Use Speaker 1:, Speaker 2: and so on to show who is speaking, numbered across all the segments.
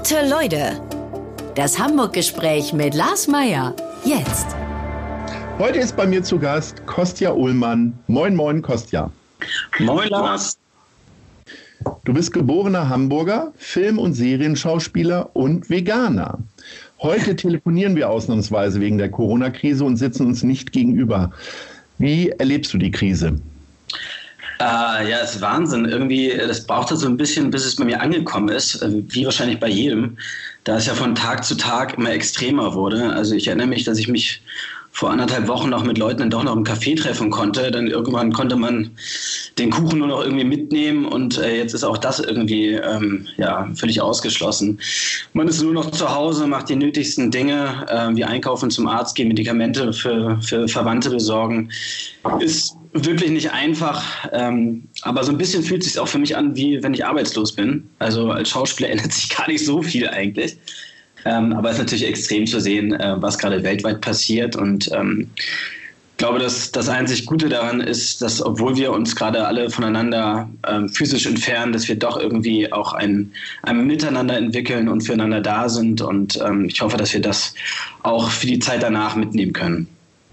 Speaker 1: Gute Leute, das Hamburg-Gespräch mit Lars Meyer. Jetzt.
Speaker 2: Heute ist bei mir zu Gast Kostja Ullmann. Moin, moin, Kostja.
Speaker 3: Moin, Lars.
Speaker 2: Du bist geborener Hamburger, Film- und Serienschauspieler und Veganer. Heute telefonieren wir ausnahmsweise wegen der Corona-Krise und sitzen uns nicht gegenüber. Wie erlebst du die Krise?
Speaker 3: Ja, es ist Wahnsinn. Irgendwie, das brauchte so ein bisschen, bis es bei mir angekommen ist, wie wahrscheinlich bei jedem, da es ja von Tag zu Tag immer extremer wurde. Also ich erinnere mich, dass ich mich vor 1,5 Wochen noch mit Leuten dann doch noch im Café treffen konnte. Dann irgendwann konnte man den Kuchen nur noch irgendwie mitnehmen und jetzt ist auch das irgendwie völlig ausgeschlossen. Man ist nur noch zu Hause, macht die nötigsten Dinge, wie einkaufen, zum Arzt gehen, Medikamente für Verwandte besorgen. Ist wirklich nicht einfach, aber so ein bisschen fühlt es sich auch für mich an, wie wenn ich arbeitslos bin. Also als Schauspieler ändert sich gar nicht so viel eigentlich. Aber es ist natürlich extrem zu sehen, was gerade weltweit passiert. Und ich glaube, dass das einzig Gute daran ist, dass obwohl wir uns gerade alle voneinander physisch entfernen, dass wir doch irgendwie auch ein Miteinander entwickeln und füreinander da sind. Und ich hoffe, dass wir das auch für die Zeit danach mitnehmen können.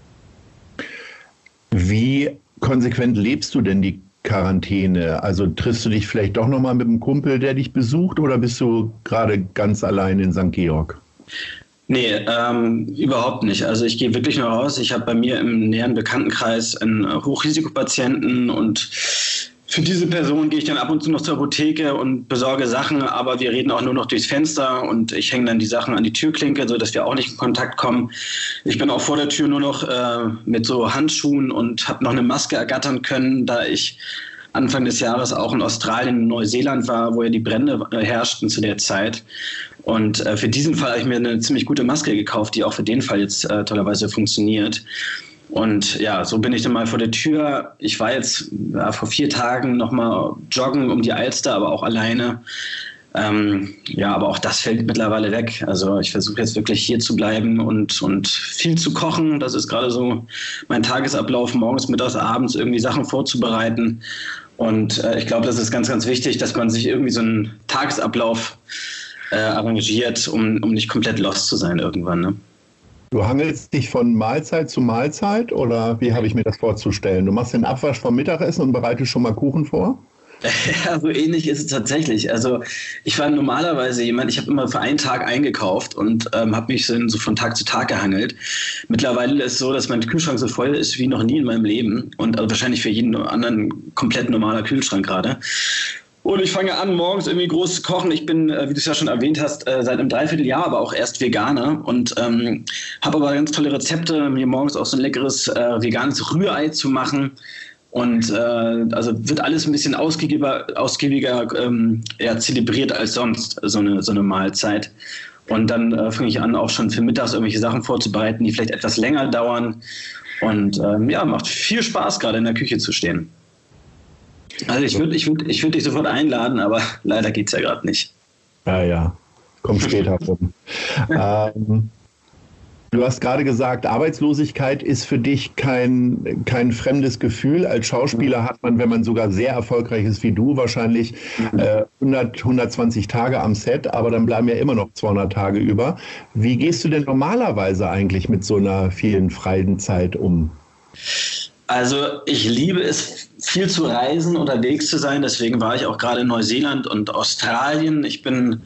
Speaker 2: Wie konsequent lebst du denn die Quarantäne? Also triffst du dich vielleicht doch nochmal mit einem Kumpel, der dich besucht, oder bist du gerade ganz allein in St. Georg?
Speaker 3: Nee, überhaupt nicht. Also ich gehe wirklich nur raus. Ich habe bei mir im näheren Bekanntenkreis einen Hochrisikopatienten und für diese Person gehe ich dann ab und zu noch zur Apotheke und besorge Sachen, aber wir reden auch nur noch durchs Fenster und ich hänge dann die Sachen an die Türklinke, sodass wir auch nicht in Kontakt kommen. Ich bin auch vor der Tür nur noch mit so Handschuhen und habe noch eine Maske ergattern können, da ich Anfang des Jahres auch in Australien und Neuseeland war, wo ja die Brände herrschten zu der Zeit. Und für diesen Fall habe ich mir eine ziemlich gute Maske gekauft, die auch für den Fall jetzt tollerweise funktioniert. Und ja, so bin ich dann mal vor der Tür. Ich war jetzt vor 4 Tagen nochmal joggen um die Alster, aber auch alleine. Aber auch das fällt mittlerweile weg. Also ich versuche jetzt wirklich hier zu bleiben und viel zu kochen. Das ist gerade so mein Tagesablauf, morgens, mittags, abends irgendwie Sachen vorzubereiten. Und ich glaube, das ist ganz, ganz wichtig, dass man sich irgendwie so einen Tagesablauf arrangiert, um nicht komplett lost zu sein irgendwann, ne?
Speaker 2: Du hangelst dich von Mahlzeit zu Mahlzeit oder wie habe ich mir das vorzustellen? Du machst den Abwasch vom Mittagessen und bereitest schon mal Kuchen vor?
Speaker 3: Ja, so ähnlich ist es tatsächlich. Also ich war normalerweise jemand, ich habe immer für einen Tag eingekauft und habe mich so von Tag zu Tag gehangelt. Mittlerweile ist es so, dass mein Kühlschrank so voll ist wie noch nie in meinem Leben und also wahrscheinlich für jeden anderen komplett normaler Kühlschrank gerade. Und ich fange an, morgens irgendwie groß zu kochen. Ich bin, wie du es ja schon erwähnt hast, seit einem Dreivierteljahr aber auch erst Veganer und habe aber ganz tolle Rezepte, mir morgens auch so ein leckeres veganes Rührei zu machen. Und also wird alles ein bisschen ausgiebiger zelebriert als sonst, so eine Mahlzeit. Und dann fange ich an, auch schon für mittags irgendwelche Sachen vorzubereiten, die vielleicht etwas länger dauern. Und macht viel Spaß, gerade in der Küche zu stehen. Also ich würd dich sofort einladen, aber leider geht's ja gerade nicht.
Speaker 2: Ja, kommt später rum. Du hast gerade gesagt, Arbeitslosigkeit ist für dich kein fremdes Gefühl. Als Schauspieler hat man, wenn man sogar sehr erfolgreich ist wie du, wahrscheinlich 120 Tage am Set, aber dann bleiben ja immer noch 200 Tage über. Wie gehst du denn normalerweise eigentlich mit so einer vielen freien Zeit um?
Speaker 3: Also ich liebe es, viel zu reisen, unterwegs zu sein. Deswegen war ich auch gerade in Neuseeland und Australien. Ich bin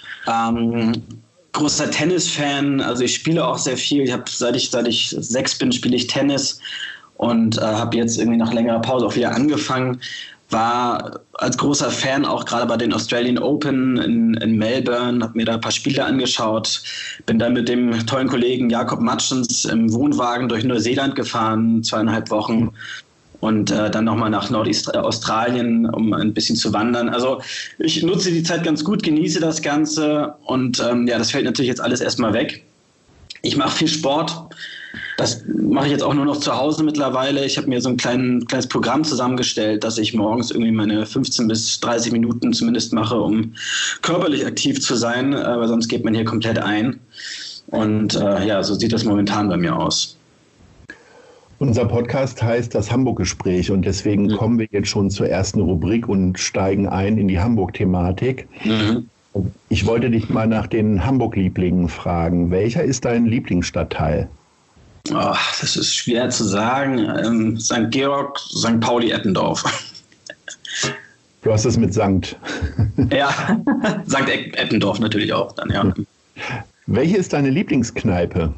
Speaker 3: großer Tennis-Fan. Also ich spiele auch sehr viel. Seit ich 6 bin, spiele ich Tennis und habe jetzt irgendwie nach längerer Pause auch wieder angefangen. War als großer Fan auch gerade bei den Australian Open in Melbourne, habe mir da ein paar Spiele angeschaut, bin dann mit dem tollen Kollegen Jakob Matschens im Wohnwagen durch Neuseeland gefahren, 2,5 Wochen und dann nochmal nach Nordaustralien, um ein bisschen zu wandern. Also ich nutze die Zeit ganz gut, genieße das Ganze und das fällt natürlich jetzt alles erstmal weg. Ich mache viel Sport. Das mache ich jetzt auch nur noch zu Hause mittlerweile. Ich habe mir so ein kleines Programm zusammengestellt, dass ich morgens irgendwie meine 15 bis 30 Minuten zumindest mache, um körperlich aktiv zu sein, weil sonst geht man hier komplett ein. Und so sieht das momentan bei mir aus.
Speaker 2: Unser Podcast heißt das Hamburg-Gespräch und deswegen kommen wir jetzt schon zur ersten Rubrik und steigen ein in die Hamburg-Thematik. Ich wollte dich mal nach den Hamburg-Lieblingen fragen. Welcher ist dein Lieblingsstadtteil?
Speaker 3: Oh, das ist schwer zu sagen. St. Georg, St. Pauli, Eppendorf.
Speaker 2: Du hast es mit Sankt.
Speaker 3: Ja, St. Eppendorf natürlich auch dann, ja.
Speaker 2: Welche ist deine Lieblingskneipe?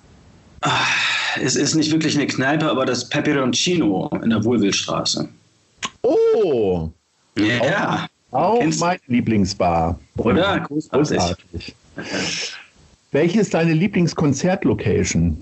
Speaker 3: Es ist nicht wirklich eine Kneipe, aber das Peperoncino in der Wohlwillstraße.
Speaker 2: Oh!
Speaker 3: Ja.
Speaker 2: Auch meine Lieblingsbar.
Speaker 3: Oder? Großartig.
Speaker 2: Welche ist deine Lieblingskonzertlocation?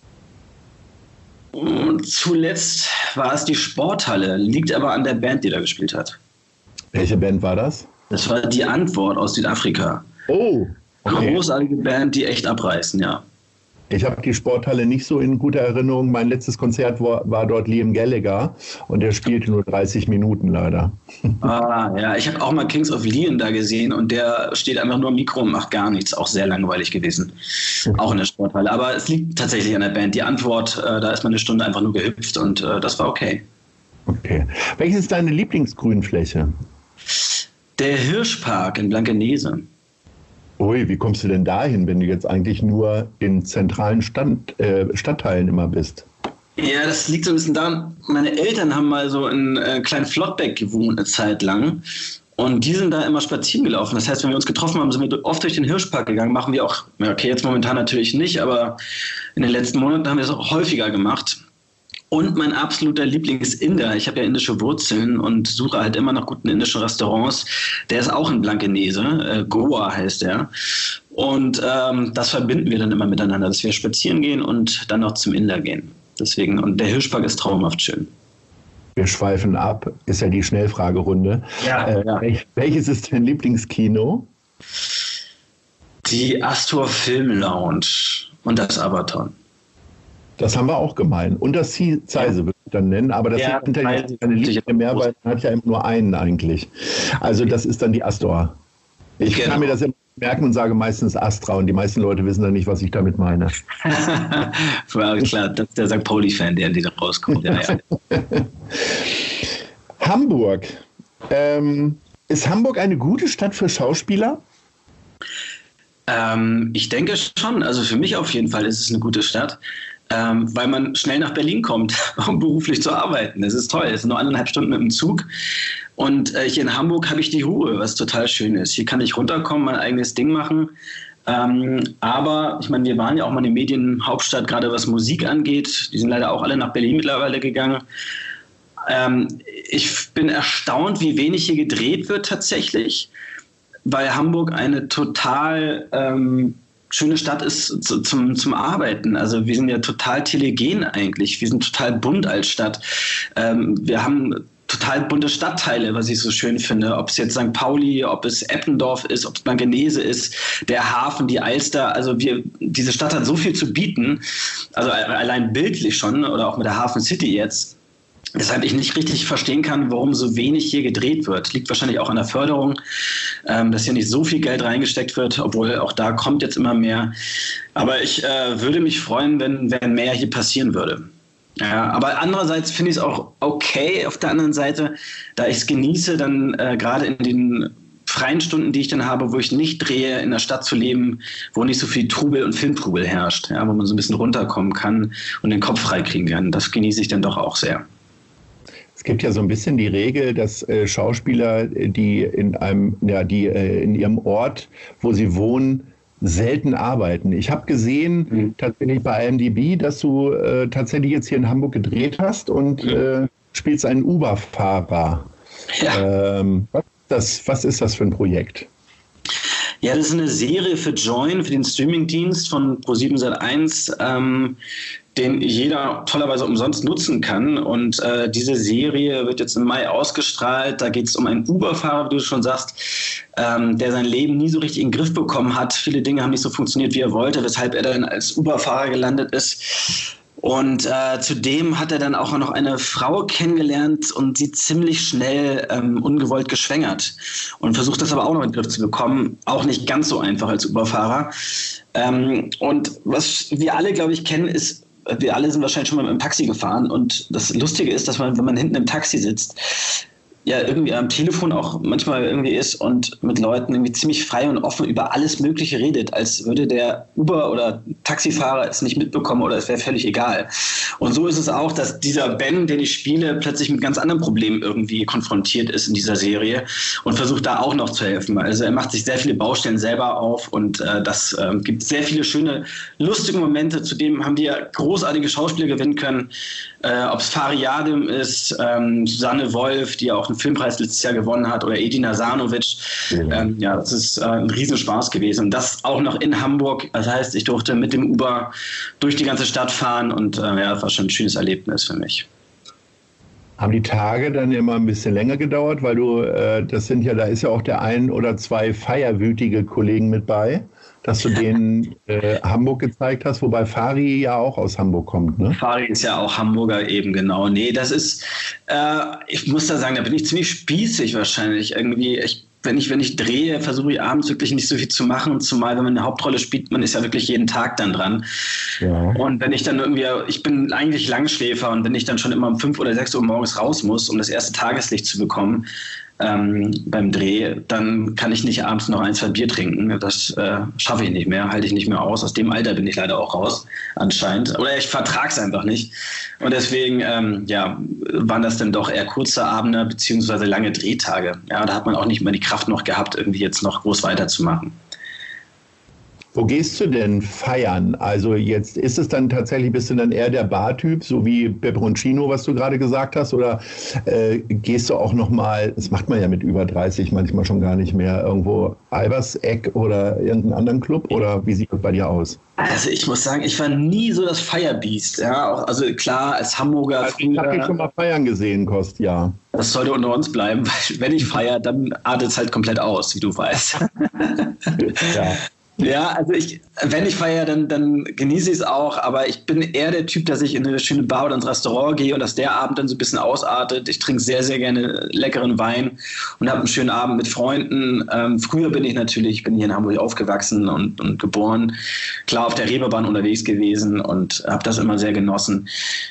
Speaker 3: Zuletzt war es die Sporthalle, liegt aber an der Band, die da gespielt hat.
Speaker 2: Welche Band war das?
Speaker 3: Das war Die Antwort aus Südafrika.
Speaker 2: Oh, okay.
Speaker 3: Großartige Band, die echt abreißen, ja.
Speaker 2: Ich habe die Sporthalle nicht so in guter Erinnerung. Mein letztes Konzert war dort Liam Gallagher und der spielte nur 30 Minuten leider.
Speaker 3: Ja, ich habe auch mal Kings of Leon da gesehen und der steht einfach nur am Mikro und macht gar nichts. Auch sehr langweilig gewesen. Auch in der Sporthalle. Aber es liegt tatsächlich an der Band. Die Antwort, da ist man eine Stunde einfach nur gehüpft und das war okay.
Speaker 2: Okay. Welche ist deine Lieblingsgrünfläche?
Speaker 3: Der Hirschpark in Blankenese.
Speaker 2: Ui, wie kommst du denn dahin, wenn du jetzt eigentlich nur in zentralen Stadtteilen immer bist?
Speaker 3: Ja, das liegt so ein bisschen daran, meine Eltern haben mal so in kleinen Flottbeck gewohnt eine Zeit lang und die sind da immer spazieren gelaufen. Das heißt, wenn wir uns getroffen haben, sind wir oft durch den Hirschpark gegangen, machen wir auch, okay, jetzt momentan natürlich nicht, aber in den letzten Monaten haben wir es auch häufiger gemacht. Und mein absoluter Lieblingsinder, ich habe ja indische Wurzeln und suche halt immer nach guten indischen Restaurants, der ist auch in Blankenese, Goa heißt der. Und das verbinden wir dann immer miteinander, dass wir spazieren gehen und dann noch zum Inder gehen. Deswegen, und der Hirschpark ist traumhaft schön.
Speaker 2: Wir schweifen ab, ist ja die Schnellfragerunde.
Speaker 3: Ja.
Speaker 2: Welches ist dein Lieblingskino?
Speaker 3: Die Astor Film Lounge und das Abaton.
Speaker 2: Das haben wir auch gemein. Und das Zeise würde ich dann nennen, aber das sind ja keine Liebe mehr, weil man hat ja immer nur einen eigentlich. Also das ist dann die Astor. Ich kann mir das immer merken und sage meistens Astra und die meisten Leute wissen dann nicht, was ich damit meine.
Speaker 3: War klar, das ist der St. Pauli-Fan, der da rauskommt. Ja.
Speaker 2: Hamburg. Ist Hamburg eine gute Stadt für Schauspieler?
Speaker 3: Ich denke schon. Also für mich auf jeden Fall ist es eine gute Stadt. Weil man schnell nach Berlin kommt, um beruflich zu arbeiten. Das ist toll. Es sind nur 1,5 Stunden mit dem Zug. Und hier in Hamburg habe ich die Ruhe, was total schön ist. Hier kann ich runterkommen, mein eigenes Ding machen. Aber ich meine, wir waren ja auch mal eine Medienhauptstadt, gerade was Musik angeht. Die sind leider auch alle nach Berlin mittlerweile gegangen. Ich bin erstaunt, wie wenig hier gedreht wird tatsächlich, weil Hamburg eine total schöne Stadt ist zum Arbeiten. Also wir sind ja total telegen eigentlich. Wir sind total bunt als Stadt. Wir haben total bunte Stadtteile, was ich so schön finde. Ob es jetzt St. Pauli, ob es Eppendorf ist, ob es Blankenese ist, der Hafen, die Alster. Also diese Stadt hat so viel zu bieten. Also allein bildlich schon oder auch mit der Hafen City jetzt. Weshalb ich nicht richtig verstehen kann, warum so wenig hier gedreht wird. Liegt wahrscheinlich auch an der Förderung, dass hier nicht so viel Geld reingesteckt wird, obwohl auch da kommt jetzt immer mehr. Aber ich würde mich freuen, wenn mehr hier passieren würde. Ja, aber andererseits finde ich es auch okay auf der anderen Seite, da ich es genieße, dann gerade in den freien Stunden, die ich dann habe, wo ich nicht drehe, in der Stadt zu leben, wo nicht so viel Trubel und Filmtrubel herrscht, ja, wo man so ein bisschen runterkommen kann und den Kopf freikriegen kann. Das genieße ich dann doch auch sehr.
Speaker 2: Es gibt ja so ein bisschen die Regel, dass Schauspieler, die in ihrem Ort, wo sie wohnen, selten arbeiten. Ich habe gesehen, tatsächlich bei IMDb, dass du tatsächlich jetzt hier in Hamburg gedreht hast und spielst einen Uber-Fahrer. Ja. Was ist das für ein Projekt?
Speaker 3: Ja, das ist eine Serie für Join, für den Streamingdienst von Pro7 Sat.1, den jeder tollerweise umsonst nutzen kann. Und diese Serie wird jetzt im Mai ausgestrahlt. Da geht es um einen Uber-Fahrer, wie du schon sagst, der sein Leben nie so richtig in den Griff bekommen hat. Viele Dinge haben nicht so funktioniert, wie er wollte, weshalb er dann als Uber-Fahrer gelandet ist. Und zudem hat er dann auch noch eine Frau kennengelernt und sie ziemlich schnell ungewollt geschwängert und versucht das aber auch noch in den Griff zu bekommen. Auch nicht ganz so einfach als Uberfahrer. Und was wir alle, glaube ich, kennen, ist, wir alle sind wahrscheinlich schon mal mit dem Taxi gefahren und das Lustige ist, dass man, wenn man hinten im Taxi sitzt, ja irgendwie am Telefon auch manchmal irgendwie ist und mit Leuten irgendwie ziemlich frei und offen über alles Mögliche redet, als würde der Uber- oder Taxifahrer es nicht mitbekommen oder es wäre völlig egal. Und so ist es auch, dass dieser Ben, den ich spiele, plötzlich mit ganz anderen Problemen irgendwie konfrontiert ist in dieser Serie und versucht da auch noch zu helfen. Also er macht sich sehr viele Baustellen selber auf und das gibt sehr viele schöne, lustige Momente. Zudem haben wir großartige Schauspieler gewinnen können. Ob es Fari Yadim ist, Susanne Wolf, die auch einen Filmpreis letztes Jahr gewonnen hat, oder Edina Sarnovic. Ja, das ist ein Riesenspaß gewesen. Und das auch noch in Hamburg. Das heißt, ich durfte mit dem Uber durch die ganze Stadt fahren und ja, das war schon ein schönes Erlebnis für mich.
Speaker 2: Haben die Tage dann immer ein bisschen länger gedauert, weil du, da ist ja auch der ein oder zwei feierwütige Kollegen mit bei, dass du denen Hamburg gezeigt hast, wobei Fari ja auch aus Hamburg kommt, ne?
Speaker 3: Fari ist ja auch Hamburger eben, genau. Nee, das ist, ich muss da sagen, da bin ich ziemlich spießig wahrscheinlich irgendwie. Wenn ich drehe, versuche ich abends wirklich nicht so viel zu machen. Zumal, wenn man eine Hauptrolle spielt, man ist ja wirklich jeden Tag dann dran. Ja. Und wenn ich dann irgendwie, ich bin eigentlich Langschläfer und wenn ich dann schon immer um 5 oder 6 Uhr morgens raus muss, um das erste Tageslicht zu bekommen, beim Dreh, dann kann ich nicht abends noch 1, 2 Bier trinken. Das schaffe ich nicht mehr, halte ich nicht mehr aus. Aus dem Alter bin ich leider auch raus, anscheinend. Oder ich vertrage es einfach nicht. Und deswegen waren das dann doch eher kurze Abende beziehungsweise lange Drehtage. Ja, da hat man auch nicht mehr die Kraft noch gehabt, irgendwie jetzt noch groß weiterzumachen.
Speaker 2: Wo gehst du denn feiern? Also jetzt ist es dann tatsächlich, bist du dann eher der Bartyp, so wie Peperoncino, was du gerade gesagt hast, oder gehst du auch nochmal, das macht man ja mit über 30 manchmal schon gar nicht mehr, irgendwo Alberseck oder irgendeinen anderen Club, oder wie sieht das bei dir aus?
Speaker 3: Also ich muss sagen, ich war nie so das Feierbiest. Ja? Also klar, als Hamburger...
Speaker 2: Also ich habe dich schon mal feiern gesehen, Kost, ja.
Speaker 3: Das sollte unter uns bleiben, weil wenn ich feiere, dann artet es halt komplett aus, wie du weißt.
Speaker 2: Ja.
Speaker 3: Ja, also wenn ich feiere, dann genieße ich es auch, aber ich bin eher der Typ, dass ich in eine schöne Bar oder ins Restaurant gehe und dass der Abend dann so ein bisschen ausartet. Ich trinke sehr, sehr gerne leckeren Wein und habe einen schönen Abend mit Freunden. Früher bin ich hier in Hamburg aufgewachsen und geboren, klar auf der Reeperbahn unterwegs gewesen und habe das immer sehr genossen.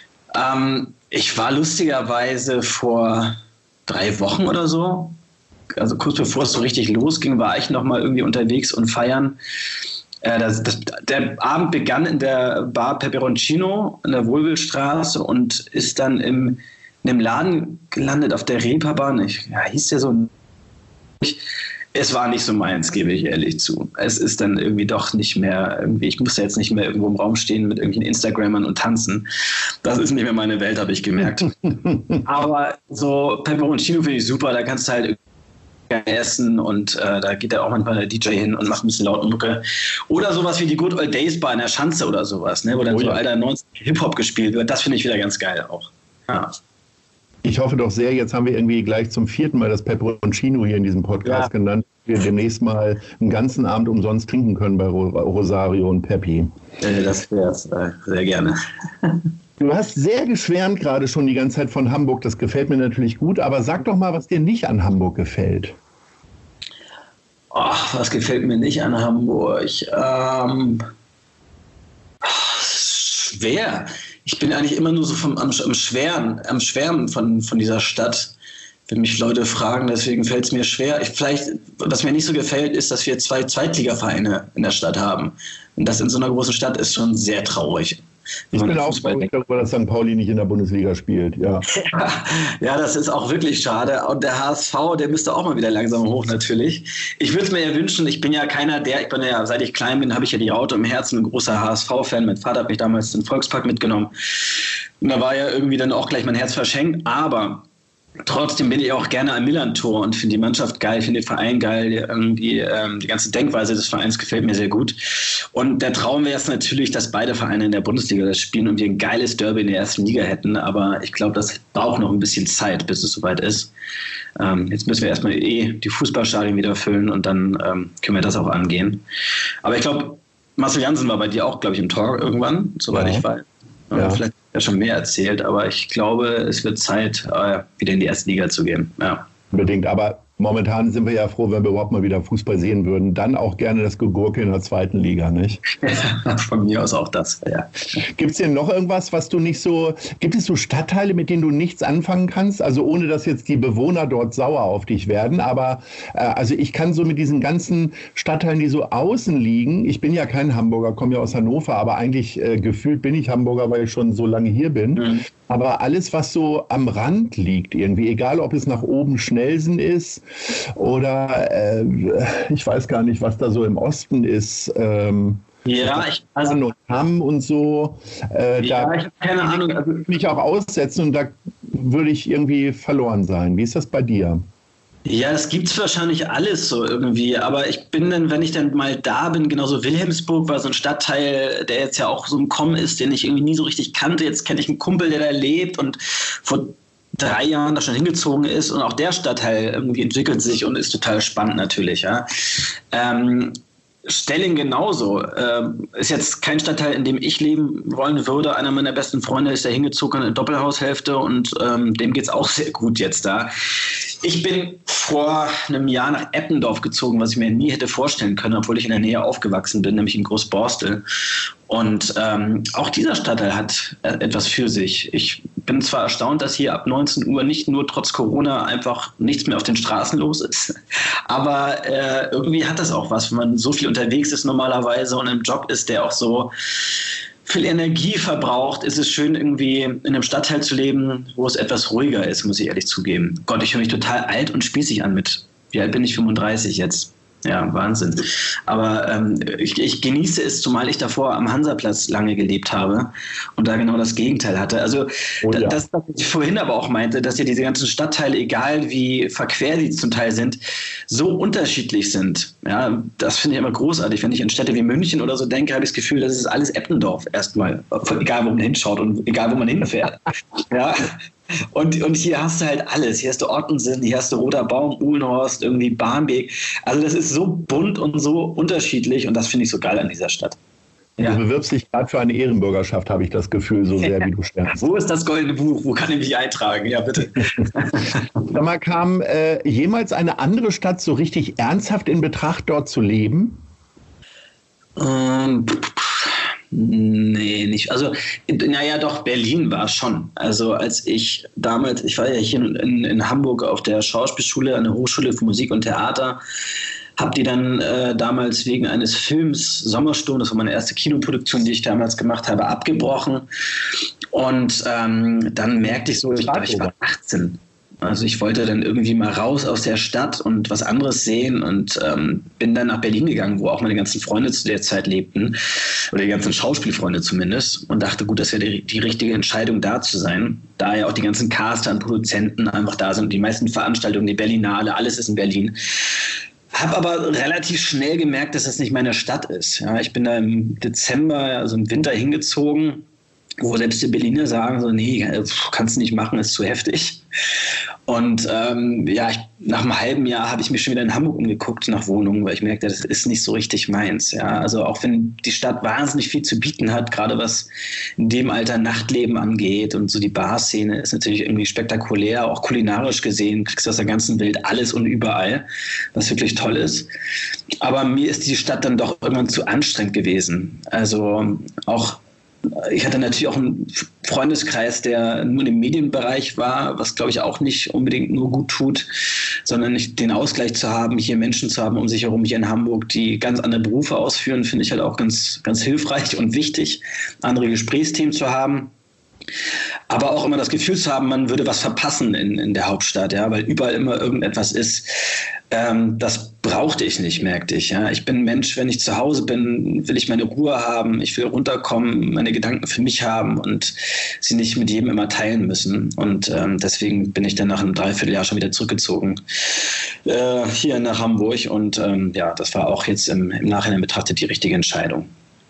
Speaker 3: Ich war lustigerweise vor 3 Wochen oder so, also kurz bevor es so richtig losging, war ich noch mal irgendwie unterwegs und feiern. Der Abend begann in der Bar Peperoncino in der Wohlwillstraße und ist dann in einem Laden gelandet auf der Reeperbahn. Hieß der so? Es war nicht so meins, gebe ich ehrlich zu. Es ist dann irgendwie doch nicht mehr, ich musste jetzt nicht mehr irgendwo im Raum stehen mit irgendwelchen Instagrammern und tanzen. Das ist nicht mehr meine Welt, habe ich gemerkt. Aber so Peperoncino finde ich super, da kannst du halt essen und da geht ja auch manchmal der DJ hin und macht ein bisschen laut Mucke. Oder sowas wie die Good Old Days Bar in der Schanze oder sowas, ne? Wo dann so alter 90 Hip-Hop gespielt wird. Das finde ich wieder ganz geil auch. Ja.
Speaker 2: Ich hoffe doch sehr, jetzt haben wir irgendwie gleich zum 4. Mal das Peperoncino hier in diesem Podcast genannt, wir demnächst mal einen ganzen Abend umsonst trinken können bei Rosario und Peppi.
Speaker 3: Das wäre es sehr gerne.
Speaker 2: Du hast sehr geschwärmt gerade schon die ganze Zeit von Hamburg. Das gefällt mir natürlich gut. Aber sag doch mal, was dir nicht an Hamburg gefällt.
Speaker 3: Ach, was gefällt mir nicht an Hamburg? Schwer. Ich bin eigentlich immer nur so am Schwärmen von dieser Stadt. Wenn mich Leute fragen, deswegen fällt es mir schwer. Was mir nicht so gefällt, ist, dass wir 2 Zweitligavereine in der Stadt haben. Und das in so einer großen Stadt ist schon sehr traurig.
Speaker 2: Ich bin auch traurig darüber, dass St. Pauli nicht in der Bundesliga spielt. Ja.
Speaker 3: Ja, das ist auch wirklich schade. Und der HSV, der müsste auch mal wieder langsam hoch natürlich. Ich würde es mir ja wünschen, ich bin ja seit ich klein bin, habe ich ja die Raute im Herzen, ein großer HSV-Fan. Mein Vater hat mich damals in den Volkspark mitgenommen. Und da war ja irgendwie dann auch gleich mein Herz verschenkt. Aber trotzdem bin ich auch gerne am Millantor und finde die Mannschaft geil, finde den Verein geil. Irgendwie, die ganze Denkweise des Vereins gefällt mir sehr gut. Und der Traum wäre es natürlich, dass beide Vereine in der Bundesliga das spielen und wir ein geiles Derby in der ersten Liga hätten. Aber ich glaube, das braucht noch ein bisschen Zeit, bis es soweit ist. Jetzt müssen wir erstmal die Fußballstadien wieder füllen und dann können wir das auch angehen. Aber ich glaube, Marcel Jansen war bei dir auch, glaube ich, im Tor irgendwann, soweit ich weiß. Ja. Vielleicht ja schon mehr erzählt, aber ich glaube, es wird Zeit, wieder in die erste Liga zu gehen. Ja.
Speaker 2: Unbedingt, aber Momentan sind wir ja froh, wenn wir überhaupt mal wieder Fußball sehen würden. Dann auch gerne das Gegurke in der zweiten Liga, nicht?
Speaker 3: Von mir aus auch das, ja.
Speaker 2: Gibt es denn noch irgendwas, was du nicht so... Gibt es so Stadtteile, mit denen du nichts anfangen kannst? Also ohne, dass jetzt die Bewohner dort sauer auf dich werden. Aber also ich kann so mit diesen ganzen Stadtteilen, die so außen liegen... Ich bin ja kein Hamburger, komme ja aus Hannover, aber eigentlich gefühlt bin ich Hamburger, weil ich schon so lange hier bin. Mhm. Aber alles, was so am Rand liegt irgendwie, egal ob es nach oben Schnellsen ist oder ich weiß gar nicht, was da so im Osten ist. Und Hamm und so.
Speaker 3: Ich habe keine Ahnung.
Speaker 2: Also mich auch aussetzen und da würde ich irgendwie verloren sein. Wie ist das bei dir?
Speaker 3: Ja, es gibt wahrscheinlich alles so irgendwie, aber ich bin dann, wenn ich dann mal da bin, genauso Wilhelmsburg war so ein Stadtteil, der jetzt ja auch so im Kommen ist, den ich irgendwie nie so richtig kannte. Jetzt kenne ich einen Kumpel, der da lebt und vor 3 Jahren da schon hingezogen ist und auch der Stadtteil irgendwie entwickelt sich und ist total spannend natürlich, ja. Stelling genauso. Ist jetzt kein Stadtteil, in dem ich leben wollen würde. Einer meiner besten Freunde ist da hingezogen, eine Doppelhaushälfte und dem geht's auch sehr gut jetzt da. Ich bin vor einem Jahr nach Eppendorf gezogen, was ich mir nie hätte vorstellen können, obwohl ich in der Nähe aufgewachsen bin, nämlich in Großborstel. Und auch dieser Stadtteil hat etwas für sich. Ich bin zwar erstaunt, dass hier ab 19 Uhr nicht nur trotz Corona einfach nichts mehr auf den Straßen los ist, aber irgendwie hat das auch was, wenn man so viel unterwegs ist normalerweise und im Job ist, der auch so viel Energie verbraucht, ist es schön, irgendwie in einem Stadtteil zu leben, wo es etwas ruhiger ist, muss ich ehrlich zugeben. Gott, ich höre mich total alt und spießig an mit, wie alt bin ich, 35 jetzt. Ja, Wahnsinn. Aber ich genieße es, zumal ich davor am Hansaplatz lange gelebt habe und da genau das Gegenteil hatte. Also das, was ich vorhin aber auch meinte, dass ja diese ganzen Stadtteile, egal wie verquer die zum Teil sind, so unterschiedlich sind. Ja, das finde ich immer großartig. Wenn ich an Städte wie München oder so denke, habe ich das Gefühl, das ist alles Eppendorf erstmal. Egal, wo man hinschaut und egal, wo man hinfährt. Ja. Und hier hast du halt alles. Hier hast du Ottensen, hier hast du Roter Baum, Uhlenhorst, irgendwie Barmbek. Also das ist so bunt und so unterschiedlich und das finde ich so geil an dieser Stadt.
Speaker 2: Ja. Du bewirbst dich gerade für eine Ehrenbürgerschaft, habe ich das Gefühl, so sehr wie du sternst.
Speaker 3: Wo ist das goldene Buch? Wo kann ich mich eintragen? Ja, bitte.
Speaker 2: Sag mal, kam jemals eine andere Stadt so richtig ernsthaft in Betracht, dort zu leben?
Speaker 3: Nee, nicht. Also, naja, doch, Berlin war schon. Also, als ich damals, ich war ja hier in Hamburg auf der Schauspielschule, an der Hochschule für Musik und Theater, habe die dann damals wegen eines Films Sommersturm, das war meine erste Kinoproduktion, die ich damals gemacht habe, abgebrochen. Und dann merkte ich so, ich glaube, ich war 18. Also ich wollte dann irgendwie mal raus aus der Stadt und was anderes sehen und bin dann nach Berlin gegangen, wo auch meine ganzen Freunde zu der Zeit lebten, oder die ganzen Schauspielfreunde zumindest, und dachte, gut, das wäre die richtige Entscheidung, da zu sein, da ja auch die ganzen Caster und Produzenten einfach da sind, die meisten Veranstaltungen, die Berlinale, alles ist in Berlin. Habe aber relativ schnell gemerkt, dass das nicht meine Stadt ist. Ja, ich bin da im Dezember, also im Winter hingezogen, wo selbst die Berliner sagen so, nee, kannst du nicht machen, ist zu heftig. Und nach einem halben Jahr habe ich mich schon wieder in Hamburg umgeguckt nach Wohnungen, weil ich merkte, das ist nicht so richtig meins. Ja, also auch wenn die Stadt wahnsinnig viel zu bieten hat, gerade was in dem Alter Nachtleben angeht und so die Barszene ist natürlich irgendwie spektakulär, auch kulinarisch gesehen, kriegst du aus der ganzen Welt alles und überall, was wirklich toll ist. Aber mir ist die Stadt dann doch irgendwann zu anstrengend gewesen. Also auch ich hatte natürlich auch einen Freundeskreis, der nur im Medienbereich war, was, glaube ich, auch nicht unbedingt nur gut tut, sondern den Ausgleich zu haben, hier Menschen zu haben um sich herum hier in Hamburg, die ganz andere Berufe ausführen, finde ich halt auch ganz, ganz hilfreich und wichtig, andere Gesprächsthemen zu haben. Aber auch immer das Gefühl zu haben, man würde was verpassen in der Hauptstadt, ja, weil überall immer irgendetwas ist. Das brauchte ich nicht, merkte ich. Ja. Ich bin ein Mensch, wenn ich zu Hause bin, will ich meine Ruhe haben, ich will runterkommen, meine Gedanken für mich haben und sie nicht mit jedem immer teilen müssen. Und deswegen bin ich dann nach einem Dreivierteljahr schon wieder zurückgezogen hier nach Hamburg. Und das war auch jetzt im Nachhinein betrachtet die richtige Entscheidung.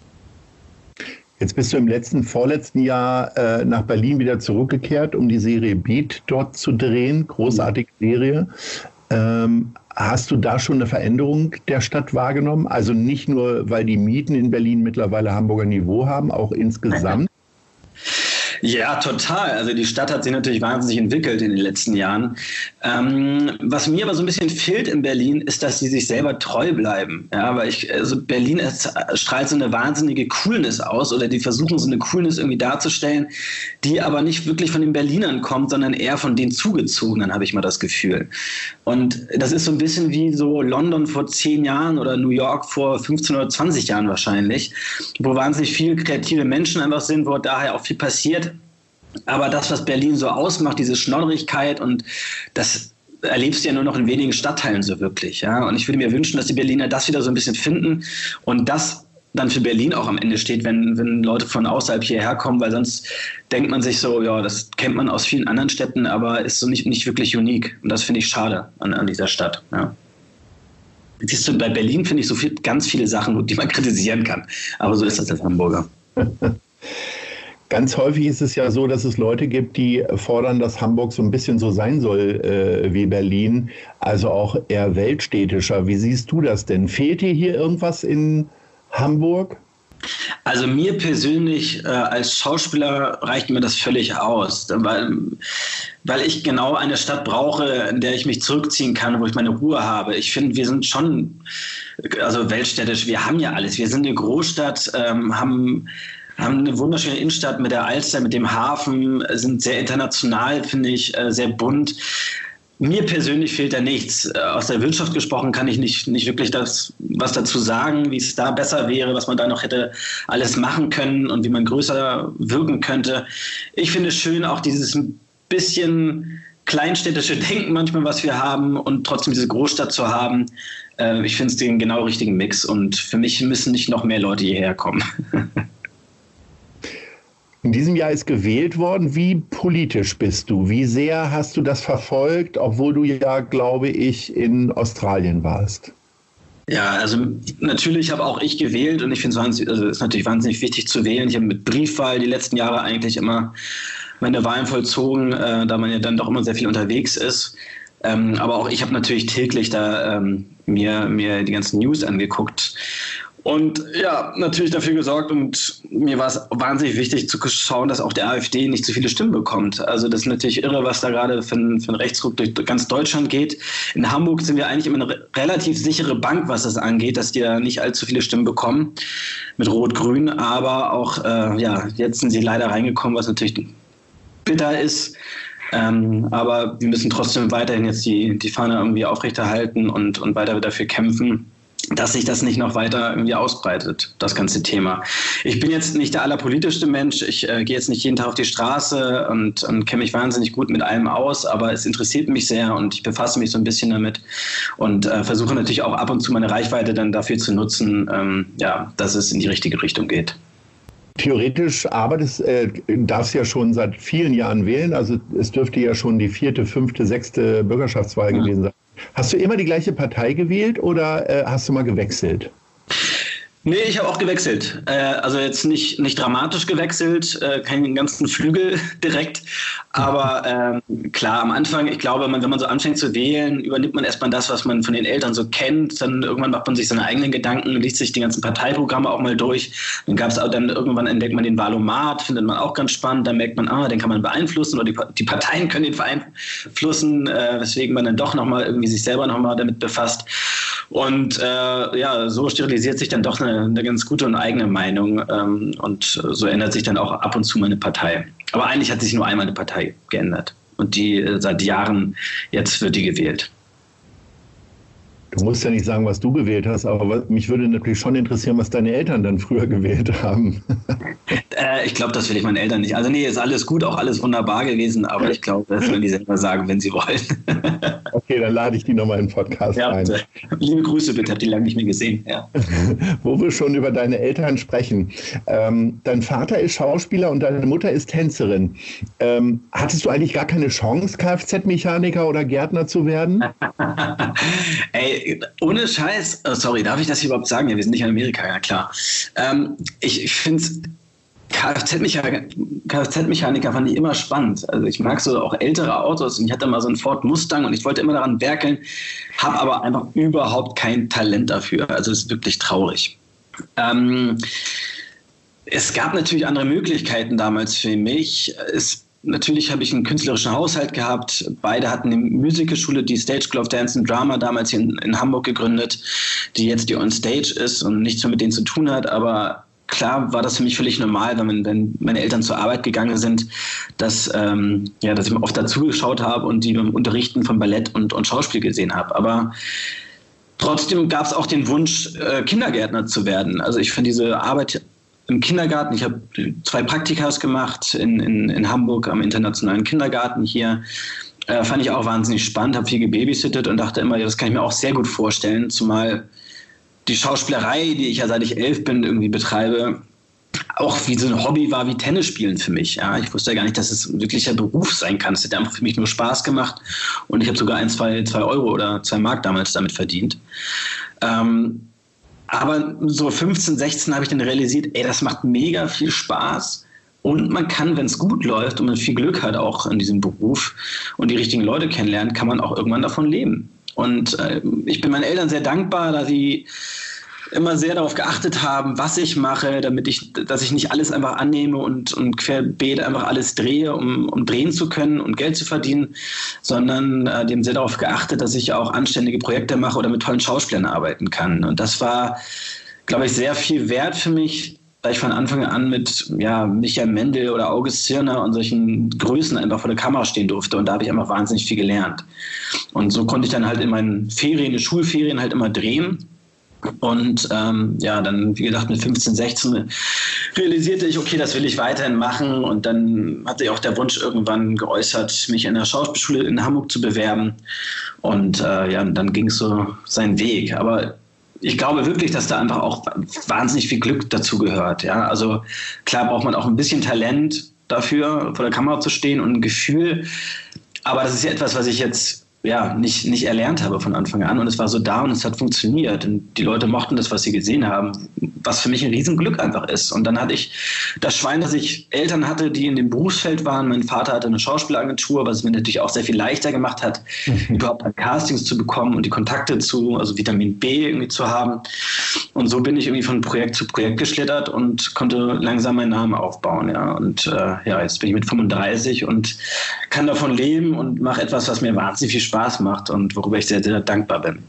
Speaker 2: Jetzt bist du im vorletzten Jahr nach Berlin wieder zurückgekehrt, um die Serie Beat dort zu drehen. Großartige Serie. Hast du da schon eine Veränderung der Stadt wahrgenommen? Also nicht nur, weil die Mieten in Berlin mittlerweile Hamburger Niveau haben, auch insgesamt?
Speaker 3: Ja, total. Also die Stadt hat sich natürlich wahnsinnig entwickelt in den letzten Jahren. Was mir aber so ein bisschen fehlt in Berlin, ist, dass sie sich selber treu bleiben. Ja, weil Berlin strahlt so eine wahnsinnige Coolness aus, oder die versuchen so eine Coolness irgendwie darzustellen, die aber nicht wirklich von den Berlinern kommt, sondern eher von den Zugezogenen, habe ich mal das Gefühl. Und das ist so ein bisschen wie so London vor 10 Jahren oder New York vor 15 oder 20 Jahren wahrscheinlich, wo wahnsinnig viele kreative Menschen einfach sind, wo daher auch viel passiert. Aber das, was Berlin so ausmacht, diese Schnodderigkeit, und das erlebst du ja nur noch in wenigen Stadtteilen so wirklich. Ja? Und ich würde mir wünschen, dass die Berliner das wieder so ein bisschen finden und das dann für Berlin auch am Ende steht, wenn Leute von außerhalb hierher kommen, weil sonst denkt man sich so, ja, das kennt man aus vielen anderen Städten, aber ist so nicht wirklich unique. Und das finde ich schade an dieser Stadt. Ja. Siehst du, bei Berlin finde ich ganz viele Sachen, die man kritisieren kann. Aber so ist das als Hamburger.
Speaker 2: Ganz häufig ist es ja so, dass es Leute gibt, die fordern, dass Hamburg so ein bisschen so sein soll wie Berlin, also auch eher weltstädtischer. Wie siehst du das denn? Fehlt dir hier irgendwas in Hamburg?
Speaker 3: Also mir persönlich als Schauspieler reicht mir das völlig aus, weil ich genau eine Stadt brauche, in der ich mich zurückziehen kann, wo ich meine Ruhe habe. Ich finde, wir sind schon weltstädtisch, wir haben ja alles. Wir sind eine Großstadt, haben eine wunderschöne Innenstadt mit der Alster, mit dem Hafen, sind sehr international, finde ich, sehr bunt. Mir persönlich fehlt da nichts. Aus der Wirtschaft gesprochen kann ich nicht wirklich was dazu sagen, wie es da besser wäre, was man da noch hätte alles machen können und wie man größer wirken könnte. Ich finde es schön, auch dieses bisschen kleinstädtische Denken manchmal, was wir haben, und trotzdem diese Großstadt zu haben. Ich finde es den genau richtigen Mix, und für mich müssen nicht noch mehr Leute hierher kommen.
Speaker 2: In diesem Jahr ist gewählt worden. Wie politisch bist du? Wie sehr hast du das verfolgt, obwohl du ja, glaube ich, in Australien warst?
Speaker 3: Ja, also natürlich habe auch ich gewählt, und ich finde es ist natürlich wahnsinnig wichtig zu wählen. Ich habe mit Briefwahl die letzten Jahre eigentlich immer meine Wahlen vollzogen, da man ja dann doch immer sehr viel unterwegs ist. Aber auch ich habe natürlich täglich da mir die ganzen News angeguckt. Und ja, natürlich dafür gesorgt, und mir war es wahnsinnig wichtig zu schauen, dass auch der AfD nicht zu viele Stimmen bekommt. Also das ist natürlich irre, was da gerade für einen Rechtsruck durch ganz Deutschland geht. In Hamburg sind wir eigentlich immer eine relativ sichere Bank, was das angeht, dass die da nicht allzu viele Stimmen bekommen mit Rot-Grün. Aber auch jetzt sind sie leider reingekommen, was natürlich bitter ist. Aber wir müssen trotzdem weiterhin jetzt die Fahne irgendwie aufrechterhalten und weiter dafür kämpfen, dass sich das nicht noch weiter irgendwie ausbreitet, das ganze Thema. Ich bin jetzt nicht der allerpolitischste Mensch. Ich gehe jetzt nicht jeden Tag auf die Straße und kenne mich wahnsinnig gut mit allem aus, aber es interessiert mich sehr und ich befasse mich so ein bisschen damit und versuche natürlich auch ab und zu meine Reichweite dann dafür zu nutzen, dass es in die richtige Richtung geht.
Speaker 2: Theoretisch darfst ja schon seit vielen Jahren wählen. Also es dürfte ja schon die 4., 5., 6. Bürgerschaftswahl gewesen sein. Hast du immer die gleiche Partei gewählt oder hast du mal gewechselt?
Speaker 3: Nee, ich habe auch gewechselt. Also jetzt nicht dramatisch gewechselt, keinen ganzen Flügel direkt. Aber klar, am Anfang, ich glaube, wenn man so anfängt zu wählen, übernimmt man erstmal das, was man von den Eltern so kennt. Dann irgendwann macht man sich seine eigenen Gedanken, liest sich die ganzen Parteiprogramme auch mal durch. Dann irgendwann entdeckt man den Wahlomat, findet man auch ganz spannend. Dann merkt man, den kann man beeinflussen, oder die Parteien können den beeinflussen, weswegen man dann doch nochmal irgendwie sich selber nochmal damit befasst. Und so sterilisiert sich dann doch eine ganz gute und eigene Meinung, und so ändert sich dann auch ab und zu meine Partei. Aber eigentlich hat sich nur einmal eine Partei geändert, und die seit Jahren, jetzt wird die gewählt.
Speaker 2: Du musst ja nicht sagen, was du gewählt hast, aber mich würde natürlich schon interessieren, was deine Eltern dann früher gewählt haben.
Speaker 3: Ich glaube, das will ich meinen Eltern nicht. Also nee, ist alles gut, auch alles wunderbar gewesen, aber ich glaube, das sollen die selber sagen, wenn sie wollen.
Speaker 2: Okay, dann lade ich die nochmal in den Podcast ein.
Speaker 3: Liebe Grüße bitte, habt die lange nicht mehr gesehen. Ja.
Speaker 2: Wo wir schon über deine Eltern sprechen. Dein Vater ist Schauspieler und deine Mutter ist Tänzerin. Hattest du eigentlich gar keine Chance, Kfz-Mechaniker oder Gärtner zu werden?
Speaker 3: Ey, ohne Scheiß, sorry, darf ich das hier überhaupt sagen? Ja, wir sind nicht in Amerika, ja klar. Ich finde Kfz-Mechaniker fand ich immer spannend. Also ich mag so auch ältere Autos, und ich hatte mal so einen Ford Mustang und ich wollte immer daran werkeln, habe aber einfach überhaupt kein Talent dafür. Also es ist wirklich traurig. Es gab natürlich andere Möglichkeiten damals für mich. Natürlich habe ich einen künstlerischen Haushalt gehabt. Beide hatten eine Musicalschule, die Stage School of Dance and Drama, damals hier in Hamburg gegründet, die jetzt die On Stage ist und nichts mehr mit denen zu tun hat. Aber klar war das für mich völlig normal, wenn meine Eltern zur Arbeit gegangen sind, dass ich oft dazugeschaut habe und die beim Unterrichten von Ballett und Schauspiel gesehen habe. Aber trotzdem gab es auch den Wunsch, Kindergärtner zu werden. Also ich finde diese Arbeit im Kindergarten, ich habe 2 Praktikas gemacht in Hamburg am Internationalen Kindergarten hier, fand ich auch wahnsinnig spannend, habe viel gebabysittet und dachte immer, ja, das kann ich mir auch sehr gut vorstellen, zumal die Schauspielerei, die ich ja seit ich 11 bin irgendwie betreibe, auch wie so ein Hobby war wie Tennis spielen für mich. Ja, ich wusste ja gar nicht, dass es ein wirklicher Beruf sein kann. Es hat einfach für mich nur Spaß gemacht und ich habe sogar 2 Euro oder 2 Mark damals damit verdient. Aber so 15, 16 habe ich dann realisiert, das macht mega viel Spaß und man kann, wenn es gut läuft und man viel Glück hat auch in diesem Beruf und die richtigen Leute kennenlernt, kann man auch irgendwann davon leben. Und ich bin meinen Eltern sehr dankbar, da sie immer sehr darauf geachtet haben, was ich mache, dass ich nicht alles einfach annehme und querbeet einfach alles drehe, um drehen zu können und Geld zu verdienen, sondern die haben sehr darauf geachtet, dass ich auch anständige Projekte mache oder mit tollen Schauspielern arbeiten kann. Und das war, glaube ich, sehr viel wert für mich, da ich von Anfang an mit Michael Mendel oder August Zirner und solchen Größen einfach vor der Kamera stehen durfte. Und da habe ich einfach wahnsinnig viel gelernt. Und so konnte ich dann halt in meinen Ferien, in Schulferien halt immer drehen. Und dann, wie gesagt, mit 15, 16 realisierte ich, okay, das will ich weiterhin machen. Und dann hat sich auch der Wunsch irgendwann geäußert, mich in der Schauspielschule in Hamburg zu bewerben. Und dann ging es so seinen Weg. Aber ich glaube wirklich, dass da einfach auch wahnsinnig viel Glück dazu gehört. Ja? Also klar braucht man auch ein bisschen Talent dafür, vor der Kamera zu stehen und ein Gefühl. Aber das ist ja etwas, was ich jetzt nicht erlernt habe von Anfang an. Und es war so da und es hat funktioniert. Und die Leute mochten das, was sie gesehen haben, was für mich ein Riesenglück einfach ist. Und dann hatte ich das Schwein, dass ich Eltern hatte, die in dem Berufsfeld waren. Mein Vater hatte eine Schauspielagentur, was es mir natürlich auch sehr viel leichter gemacht hat, überhaupt an Castings zu bekommen und die Kontakte also Vitamin B irgendwie zu haben. Und so bin ich irgendwie von Projekt zu Projekt geschlittert und konnte langsam meinen Namen aufbauen. Ja. Und jetzt bin ich mit 35 und kann davon leben und mache etwas, was mir wahnsinnig viel Spaß macht und worüber ich sehr, sehr dankbar bin.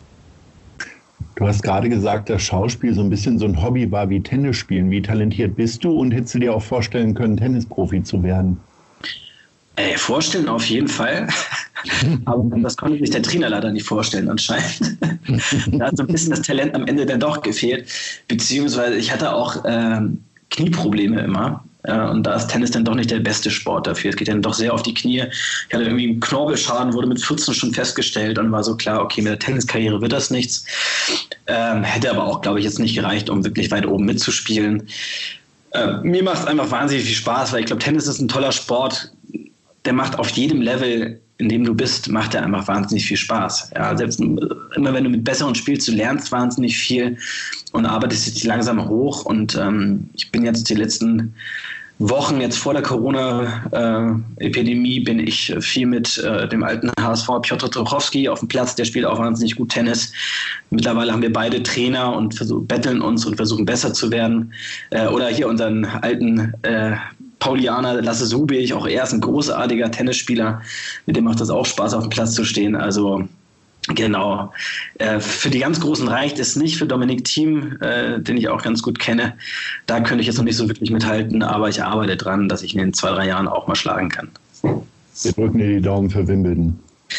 Speaker 2: Du hast gerade gesagt, dass Schauspiel so ein bisschen so ein Hobby war wie Tennis spielen. Wie talentiert bist du und hättest du dir auch vorstellen können, Tennisprofi zu werden?
Speaker 3: Vorstellen auf jeden Fall. Aber das konnte sich der Trainer leider nicht vorstellen anscheinend. Da hat so ein bisschen das Talent am Ende dann doch gefehlt. Beziehungsweise ich hatte auch Knieprobleme immer. Und da ist Tennis dann doch nicht der beste Sport dafür. Es geht dann doch sehr auf die Knie. Ich hatte irgendwie einen Knorpelschaden, wurde mit 14 schon festgestellt und war so klar, okay, mit der Tenniskarriere wird das nichts. Hätte aber auch, glaube ich, jetzt nicht gereicht, um wirklich weit oben mitzuspielen. Mir macht es einfach wahnsinnig viel Spaß, weil ich glaube, Tennis ist ein toller Sport. Der macht auf jedem Level, in dem du bist, macht er einfach wahnsinnig viel Spaß. Ja, selbst immer wenn du mit Besseren spielst, du lernst wahnsinnig viel und arbeitest dich langsam hoch. Und ich bin jetzt die letzten Wochen, jetzt vor der Corona-Epidemie, bin ich viel mit dem alten HSV Piotr Trochowski auf dem Platz. Der spielt auch wahnsinnig gut Tennis. Mittlerweile haben wir beide Trainer und betteln uns und versuchen besser zu werden. Oder hier unseren alten Paulianer Lasse Subich, auch er ist ein großartiger Tennisspieler. Mit dem macht das auch Spaß, auf dem Platz zu stehen. Also genau. Für die ganz Großen reicht es nicht. Für Dominik Thiem, den ich auch ganz gut kenne, da könnte ich jetzt noch nicht so wirklich mithalten, aber ich arbeite dran, dass ich ihn in 2-3 Jahren auch mal schlagen kann.
Speaker 2: Wir drücken dir die Daumen für Wimbledon.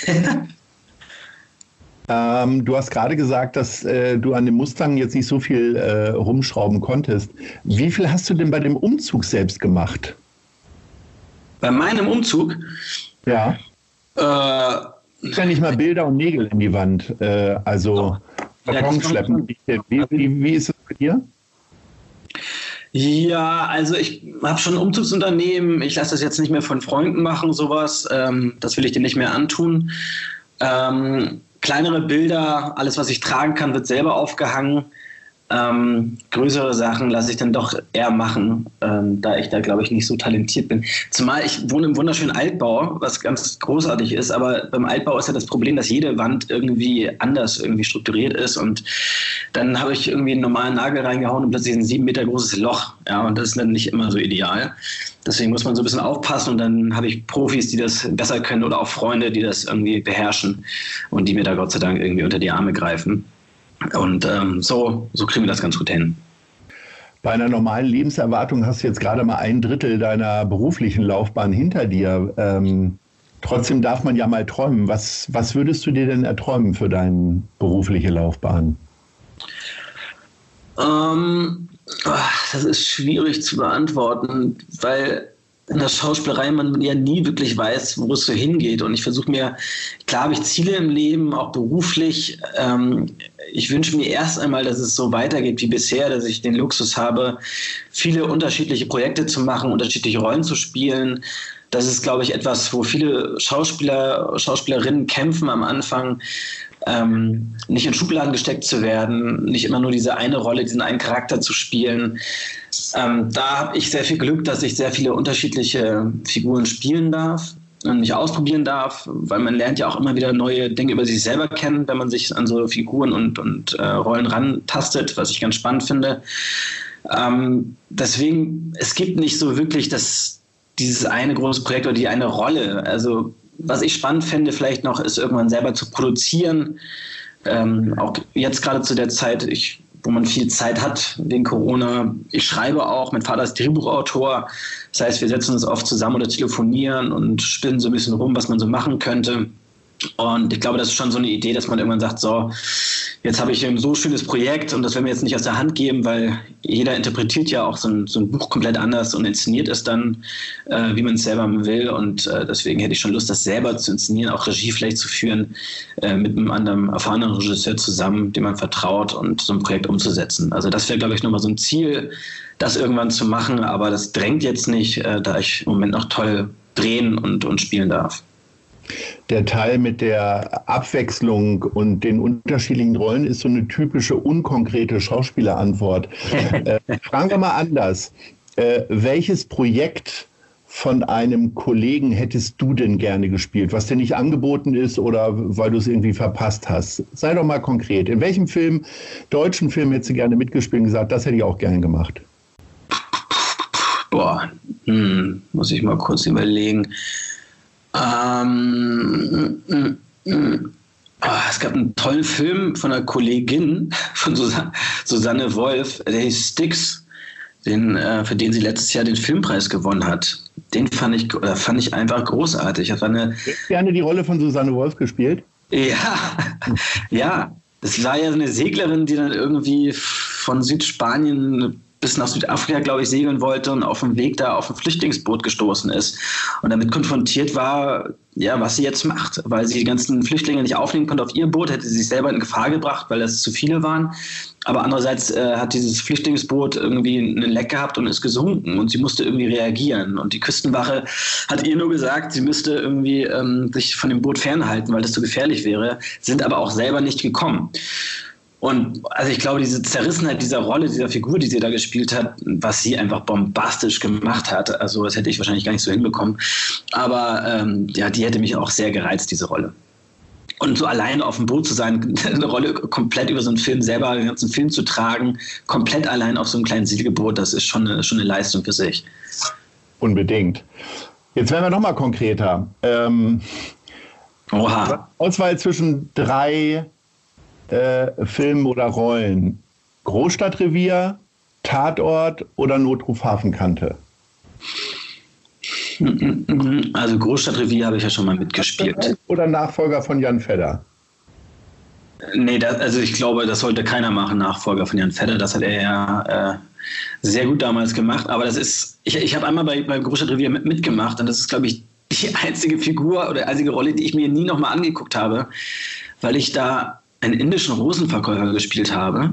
Speaker 2: Du hast gerade gesagt, dass du an dem Mustang jetzt nicht so viel rumschrauben konntest. Wie viel hast du denn bei dem Umzug selbst gemacht?
Speaker 3: Bei meinem Umzug?
Speaker 2: Ja. Kann ich mal Bilder und Nägel in die Wand, Karton schleppen. Wie ist es bei dir?
Speaker 3: Ja, also ich habe schon ein Umzugsunternehmen. Ich lasse das jetzt nicht mehr von Freunden machen, sowas. Das will ich dir nicht mehr antun. Kleinere Bilder, alles, was ich tragen kann, wird selber aufgehangen. Größere Sachen lasse ich dann doch eher machen, da ich da, glaube ich, nicht so talentiert bin. Zumal ich wohne im wunderschönen Altbau, was ganz großartig ist, aber beim Altbau ist ja das Problem, dass jede Wand irgendwie anders irgendwie strukturiert ist, und dann habe ich irgendwie einen normalen Nagel reingehauen und plötzlich ein 7 Meter großes Loch. Ja, und das ist dann nicht immer so ideal. Deswegen muss man so ein bisschen aufpassen, und dann habe ich Profis, die das besser können, oder auch Freunde, die das irgendwie beherrschen und die mir da Gott sei Dank irgendwie unter die Arme greifen. Und so kriegen wir das ganz gut hin.
Speaker 2: Bei einer normalen Lebenserwartung hast du jetzt gerade mal 1/3 deiner beruflichen Laufbahn hinter dir. Trotzdem darf man ja mal träumen. Was würdest du dir denn erträumen für deine berufliche Laufbahn?
Speaker 3: Das ist schwierig zu beantworten, weil in der Schauspielerei man ja nie wirklich weiß, wo es so hingeht. Und ich versuche mir, klar habe ich Ziele im Leben, auch beruflich. Ich wünsche mir erst einmal, dass es so weitergeht wie bisher, dass ich den Luxus habe, viele unterschiedliche Projekte zu machen, unterschiedliche Rollen zu spielen. Das ist, glaube ich, etwas, wo viele Schauspielerinnen kämpfen am Anfang, nicht in Schubladen gesteckt zu werden, nicht immer nur diese eine Rolle, diesen einen Charakter zu spielen. Da habe ich sehr viel Glück, dass ich sehr viele unterschiedliche Figuren spielen darf und mich ausprobieren darf, weil man lernt ja auch immer wieder neue Dinge über sich selber kennen, wenn man sich an so Figuren und Rollen rantastet, was ich ganz spannend finde. Deswegen, es gibt nicht so wirklich dieses eine große Projekt oder die eine Rolle. Also was ich spannend fände vielleicht noch, ist irgendwann selber zu produzieren. Auch jetzt gerade zu der Zeit, wo man viel Zeit hat wegen Corona. Ich schreibe auch, mein Vater ist Drehbuchautor. Das heißt, wir setzen uns oft zusammen oder telefonieren und spinnen so ein bisschen rum, was man so machen könnte. Und ich glaube, das ist schon so eine Idee, dass man irgendwann sagt, so, jetzt habe ich ein so schönes Projekt und das werden wir jetzt nicht aus der Hand geben, weil jeder interpretiert ja auch so ein Buch komplett anders und inszeniert es dann, wie man es selber will. Und deswegen hätte ich schon Lust, das selber zu inszenieren, auch Regie vielleicht zu führen, mit einem anderen erfahrenen Regisseur zusammen, dem man vertraut, und so ein Projekt umzusetzen. Also das wäre, glaube ich, nochmal so ein Ziel, das irgendwann zu machen. Aber das drängt jetzt nicht, da ich im Moment noch toll drehen und spielen darf.
Speaker 2: Der Teil mit der Abwechslung und den unterschiedlichen Rollen ist so eine typische unkonkrete Schauspielerantwort. Fragen wir mal anders. Welches Projekt von einem Kollegen hättest du denn gerne gespielt, was dir nicht angeboten ist oder weil du es irgendwie verpasst hast? Sei doch mal konkret. In welchem deutschen Film hättest du gerne mitgespielt und gesagt, das hätte ich auch gerne gemacht?
Speaker 3: Muss ich mal kurz überlegen. Es gab einen tollen Film von einer Kollegin, von Susanne Wolf, der hieß Styx, für den sie letztes Jahr den Filmpreis gewonnen hat. Den fand ich einfach großartig. Das war
Speaker 2: gerne die Rolle von Susanne Wolf gespielt?
Speaker 3: Ja. Das war ja eine Seglerin, die dann irgendwie von Südspanien bis nach Südafrika, glaube ich, segeln wollte und auf dem Weg da auf ein Flüchtlingsboot gestoßen ist und damit konfrontiert war, ja, was sie jetzt macht, weil sie die ganzen Flüchtlinge nicht aufnehmen konnte auf ihr Boot, hätte sie sich selber in Gefahr gebracht, weil das zu viele waren. Aber andererseits hat dieses Flüchtlingsboot irgendwie einen Leck gehabt und ist gesunken und sie musste irgendwie reagieren. Und die Küstenwache hat ihr nur gesagt, sie müsste irgendwie sich von dem Boot fernhalten, weil das zu gefährlich wäre, sind aber auch selber nicht gekommen. Und also ich glaube, diese Zerrissenheit dieser Rolle, dieser Figur, die sie da gespielt hat, was sie einfach bombastisch gemacht hat, also das hätte ich wahrscheinlich gar nicht so hinbekommen. Aber die hätte mich auch sehr gereizt, diese Rolle. Und so alleine auf dem Boot zu sein, eine Rolle komplett über so einen Film selber, den ganzen Film zu tragen, komplett allein auf so einem kleinen Segelboot, das ist schon eine Leistung für sich.
Speaker 2: Unbedingt. Jetzt werden wir noch mal konkreter. Auswahl zwischen 3 Filmen oder Rollen. Großstadtrevier, Tatort oder Notruf Hafenkante?
Speaker 3: Also Großstadtrevier habe ich ja schon mal mitgespielt.
Speaker 2: Oder Nachfolger von Jan Fedder?
Speaker 3: Nee, also ich glaube, das sollte keiner machen, Nachfolger von Jan Fedder. Das hat er ja sehr gut damals gemacht. Aber das ist, ich habe einmal bei Großstadtrevier mitgemacht und das ist, glaube ich, die einzige Figur oder einzige Rolle, die ich mir nie nochmal angeguckt habe, weil ich da einen indischen Rosenverkäufer gespielt habe,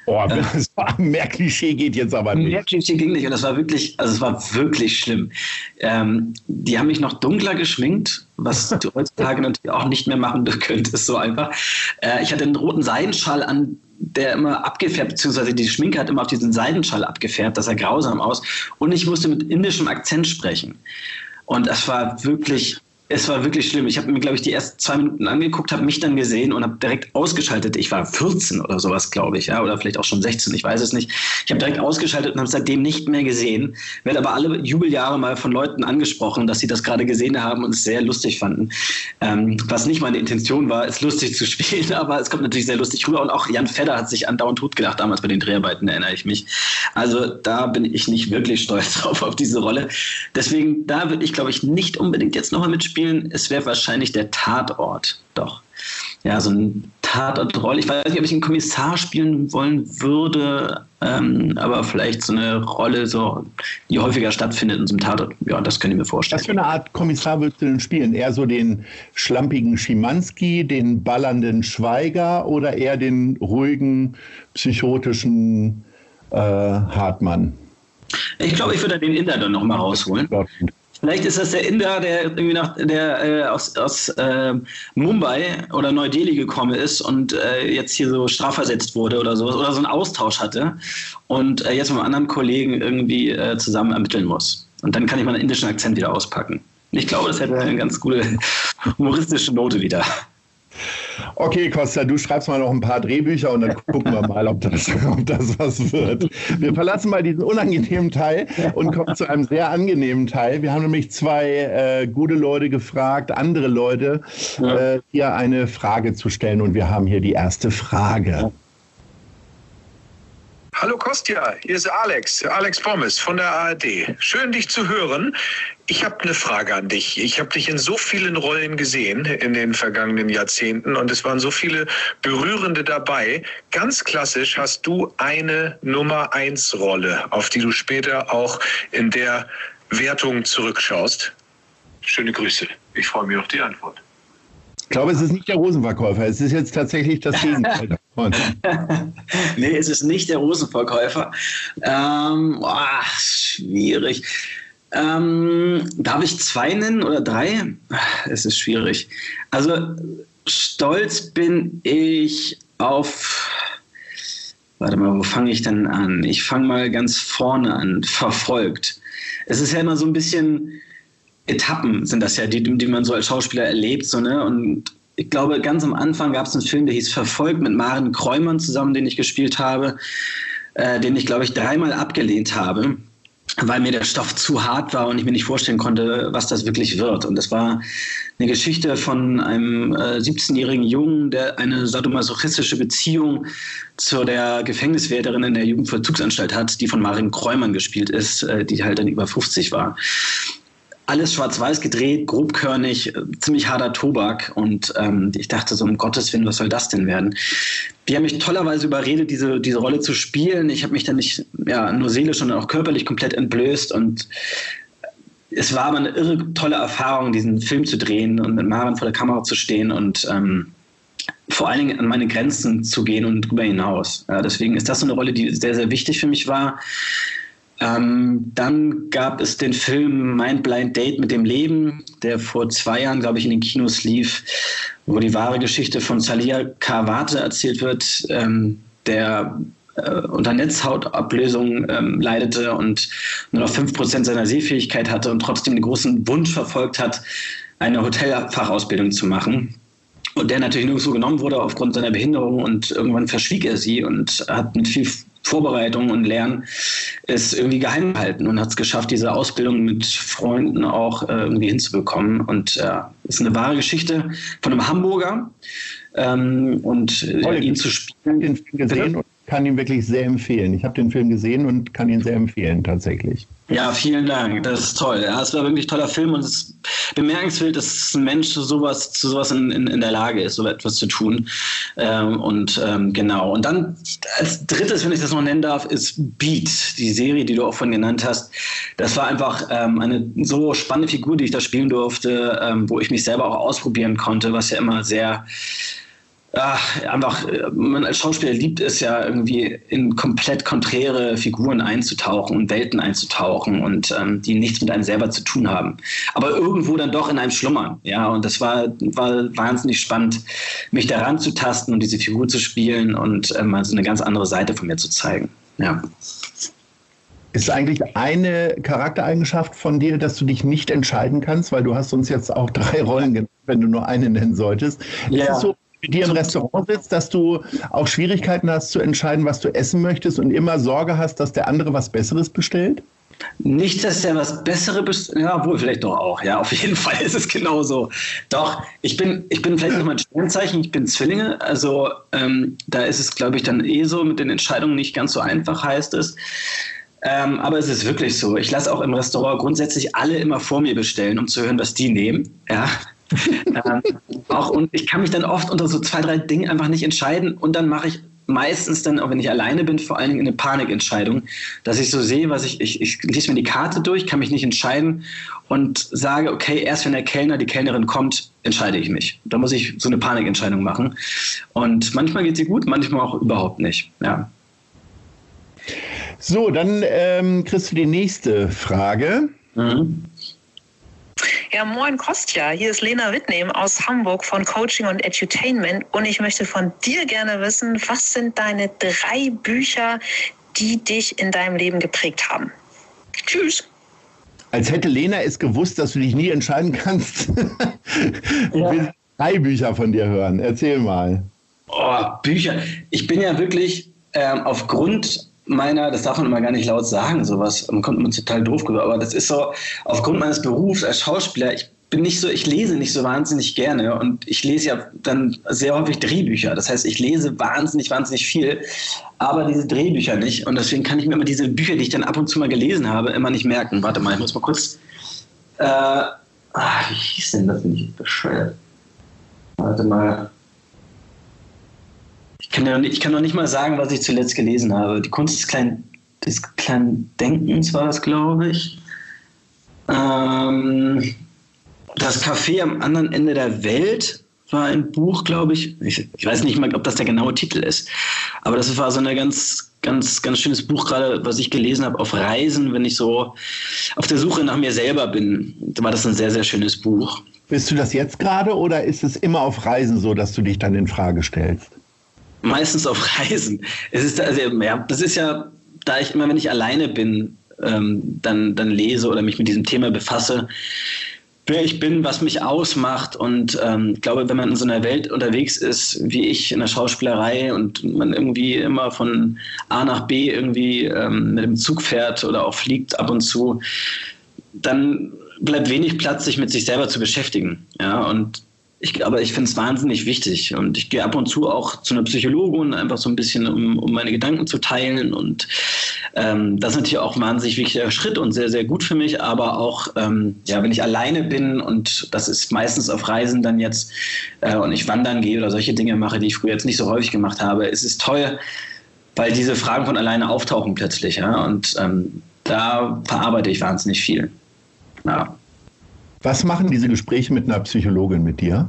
Speaker 2: Oh, mehr Klischee geht jetzt aber nicht.
Speaker 3: Mehr Klischee ging nicht und es war wirklich schlimm. Die haben mich noch dunkler geschminkt, was du heutzutage natürlich auch nicht mehr machen könntest, so einfach. Ich hatte einen roten Seidenschal an, der immer abgefärbt, beziehungsweise die Schminke hat immer auf diesen Seidenschal abgefärbt, das sah grausam aus. Und ich musste mit indischem Akzent sprechen. Und es war wirklich schlimm. Ich habe mir, glaube ich, die ersten 2 Minuten angeguckt, habe mich dann gesehen und habe direkt ausgeschaltet. Ich war 14 oder sowas, glaube ich, ja, oder vielleicht auch schon 16, ich weiß es nicht. Ich habe direkt ausgeschaltet und habe seitdem nicht mehr gesehen. Werde aber alle Jubeljahre mal von Leuten angesprochen, dass sie das gerade gesehen haben und es sehr lustig fanden. Was nicht meine Intention war, es lustig zu spielen, aber es kommt natürlich sehr lustig rüber. Und auch Jan Fedder hat sich andauernd totgelacht, damals bei den Dreharbeiten, erinnere ich mich. Also da bin ich nicht wirklich stolz drauf, auf diese Rolle. Deswegen, da würde ich, glaube ich, nicht unbedingt jetzt nochmal mitspielen. Es wäre wahrscheinlich der Tatort, doch. Ja, so ein Tatortrolle. Ich weiß nicht, ob ich einen Kommissar spielen wollen würde, aber vielleicht so eine Rolle, so, die häufiger stattfindet in so einem Tatort. Ja, das könnte ich mir vorstellen.
Speaker 2: Was für eine Art Kommissar würdest du denn spielen? Eher so den schlampigen Schimanski, den ballernden Schweiger oder eher den ruhigen, psychotischen Hartmann?
Speaker 3: Ich glaube, ich würde den Inder dann nochmal rausholen. Vielleicht ist das der Inder, der irgendwie aus Mumbai oder Neu-Delhi gekommen ist und jetzt hier so strafversetzt wurde oder sowas oder so einen Austausch hatte und jetzt mit einem anderen Kollegen irgendwie zusammen ermitteln muss. Und dann kann ich meinen indischen Akzent wieder auspacken. Ich glaube, das hätte eine ganz gute humoristische Note wieder.
Speaker 2: Okay, Costa, du schreibst mal noch ein paar Drehbücher und dann gucken wir mal, ob das was wird. Wir verlassen mal diesen unangenehmen Teil und kommen zu einem sehr angenehmen Teil. Wir haben nämlich 2 gute Leute gefragt, andere Leute, hier eine Frage zu stellen und wir haben hier die erste Frage.
Speaker 4: Hallo Kostja, hier ist Alex Pommes von der ARD. Schön, dich zu hören. Ich habe eine Frage an dich. Ich habe dich in so vielen Rollen gesehen in den vergangenen Jahrzehnten und es waren so viele berührende dabei. Ganz klassisch hast du eine Nummer-1-Rolle, auf die du später auch in der Wertung zurückschaust. Schöne Grüße. Ich freue mich auf die Antwort.
Speaker 2: Ich glaube, es ist nicht der Rosenverkäufer. Es ist jetzt tatsächlich das Gegenteil davon.
Speaker 3: Nee, es ist nicht der Rosenverkäufer. Schwierig. Darf ich 2 nennen oder 3? Es ist schwierig. Also stolz bin ich auf... Warte mal, wo fange ich denn an? Ich fange mal ganz vorne an. Verfolgt. Es ist ja immer so ein bisschen... Etappen sind das ja, die man so als Schauspieler erlebt. So, ne? Und ich glaube, ganz am Anfang gab es einen Film, der hieß Verfolgt mit Maren Kräumann zusammen, den ich gespielt habe, den ich, glaube ich, 3-mal abgelehnt habe, weil mir der Stoff zu hart war und ich mir nicht vorstellen konnte, was das wirklich wird. Und das war eine Geschichte von einem 17-jährigen Jungen, der eine sadomasochistische Beziehung zu der Gefängniswärterin in der Jugendvollzugsanstalt hat, die von Maren Kräumann gespielt ist, die halt dann über 50 war. Alles schwarz-weiß gedreht, grobkörnig, ziemlich harter Tobak. Und ich dachte so, um Gottes Willen, was soll das denn werden? Die haben mich tollerweise überredet, diese Rolle zu spielen. Ich habe mich dann nicht nur seelisch, sondern auch körperlich komplett entblößt. Und es war aber eine irre tolle Erfahrung, diesen Film zu drehen und mit Maren vor der Kamera zu stehen und vor allen Dingen an meine Grenzen zu gehen und darüber hinaus. Ja, deswegen ist das so eine Rolle, die sehr, sehr wichtig für mich war. Dann gab es den Film Mind Blind Date mit dem Leben, der vor 2 Jahren, glaube ich, in den Kinos lief, wo die wahre Geschichte von Salia Kawate erzählt wird, der unter Netzhautablösung leidete und nur noch 5% seiner Sehfähigkeit hatte und trotzdem den großen Wunsch verfolgt hat, eine Hotelfachausbildung zu machen. Und der natürlich nirgendwo genommen wurde aufgrund seiner Behinderung und irgendwann verschwieg er sie und hat mit viel Vorbereitung und Lernen es irgendwie geheim gehalten und hat es geschafft, diese Ausbildung mit Freunden auch irgendwie hinzubekommen. Und ist eine wahre Geschichte von einem Hamburger und ihn zu spielen.
Speaker 2: Ich habe den Film gesehen und kann ihn wirklich sehr empfehlen. Ich habe den Film gesehen und kann ihn sehr empfehlen, tatsächlich.
Speaker 3: Ja, vielen Dank. Das ist toll. Ja, es war wirklich ein toller Film und es ist bemerkenswert, dass ein Mensch zu sowas in der Lage ist, so etwas zu tun. Genau. Und dann als drittes, wenn ich das noch nennen darf, ist Beat, die Serie, die du auch vorhin genannt hast. Das war einfach eine so spannende Figur, die ich da spielen durfte, wo ich mich selber auch ausprobieren konnte, was ja immer sehr Einfach, man als Schauspieler liebt es ja irgendwie in komplett konträre Figuren einzutauchen und Welten einzutauchen und die nichts mit einem selber zu tun haben. Aber irgendwo dann doch in einem schlummern. Ja, und das war wahnsinnig spannend, mich daran zu tasten und diese Figur zu spielen und mal so eine ganz andere Seite von mir zu zeigen. Ja.
Speaker 2: Ist eigentlich eine Charaktereigenschaft von dir, dass du dich nicht entscheiden kannst, weil du hast uns jetzt auch 3 Rollen genannt, wenn du nur eine nennen solltest. Ja. Ist es so, mit dir im Restaurant sitzt, dass du auch Schwierigkeiten hast zu entscheiden, was du essen möchtest und immer Sorge hast, dass der andere was Besseres bestellt?
Speaker 3: Nicht, dass er was Besseres bestellt, ja, wohl vielleicht doch auch, ja, auf jeden Fall ist es genauso. Doch, ich bin vielleicht nochmal ein Sternzeichen, ich bin Zwillinge, also da ist es, glaube ich, dann so mit den Entscheidungen nicht ganz so einfach, heißt es. Aber es ist wirklich so, ich lasse auch im Restaurant grundsätzlich alle immer vor mir bestellen, um zu hören, was die nehmen, ja. Und ich kann mich dann oft unter so 2, 3 Dingen einfach nicht entscheiden und dann mache ich meistens dann, auch wenn ich alleine bin, vor allen Dingen eine Panikentscheidung, dass ich so sehe, was ich lese mir die Karte durch, kann mich nicht entscheiden und sage, okay, erst wenn der Kellner, die Kellnerin kommt, entscheide ich mich. Da muss ich so eine Panikentscheidung machen und manchmal geht sie gut, manchmal auch überhaupt nicht, ja.
Speaker 2: So, dann kriegst du die nächste Frage.
Speaker 5: Mhm. Ja, moin Kostja, hier ist Lena Wittnehm aus Hamburg von Coaching und Edutainment und ich möchte von dir gerne wissen, was sind deine 3 Bücher, die dich in deinem Leben geprägt haben? Tschüss.
Speaker 2: Als hätte Lena es gewusst, dass du dich nie entscheiden kannst. Ich will 3 Bücher von dir hören. Erzähl mal.
Speaker 3: Oh, Bücher. Ich bin ja wirklich aufgrund das darf man immer gar nicht laut sagen, sowas, man kommt immer total doof rüber, aber das ist so, aufgrund meines Berufs als Schauspieler, ich lese nicht so wahnsinnig gerne und ich lese ja dann sehr häufig Drehbücher, das heißt, ich lese wahnsinnig viel, aber diese Drehbücher nicht und deswegen kann ich mir immer diese Bücher, die ich dann ab und zu mal gelesen habe, immer nicht merken. Warte mal, ich muss mal kurz, wie hieß denn das, bin ich bescheuert? Warte mal. Ich kann noch nicht mal sagen, was ich zuletzt gelesen habe. Die Kunst des kleinen Denkens war das, glaube ich. Das Café am anderen Ende der Welt war ein Buch, glaube ich. Ich weiß nicht mal, ob das der genaue Titel ist. Aber das war so ein ganz schönes Buch gerade, was ich gelesen habe auf Reisen, wenn ich so auf der Suche nach mir selber bin. Da war das ein sehr, sehr schönes Buch.
Speaker 2: Bist du das jetzt gerade oder ist es immer auf Reisen so, dass du dich dann in Frage stellst?
Speaker 3: Meistens auf Reisen. Das ist ja, da ich immer, wenn ich alleine bin, dann lese oder mich mit diesem Thema befasse, wer ich bin, was mich ausmacht und ich glaube, wenn man in so einer Welt unterwegs ist, wie ich in der Schauspielerei und man irgendwie immer von A nach B irgendwie mit dem Zug fährt oder auch fliegt ab und zu, dann bleibt wenig Platz, sich mit sich selber zu beschäftigen. Ja, aber ich finde es wahnsinnig wichtig und ich gehe ab und zu auch zu einer Psychologin, einfach so ein bisschen, um meine Gedanken zu teilen und das ist natürlich auch ein wahnsinnig wichtiger Schritt und sehr, sehr gut für mich, aber auch, wenn ich alleine bin und das ist meistens auf Reisen dann jetzt und ich wandern gehe oder solche Dinge mache, die ich früher jetzt nicht so häufig gemacht habe, es ist toll, weil diese Fragen von alleine auftauchen plötzlich, ja, und da verarbeite ich wahnsinnig viel, ja.
Speaker 2: Was machen diese Gespräche mit einer Psychologin mit dir?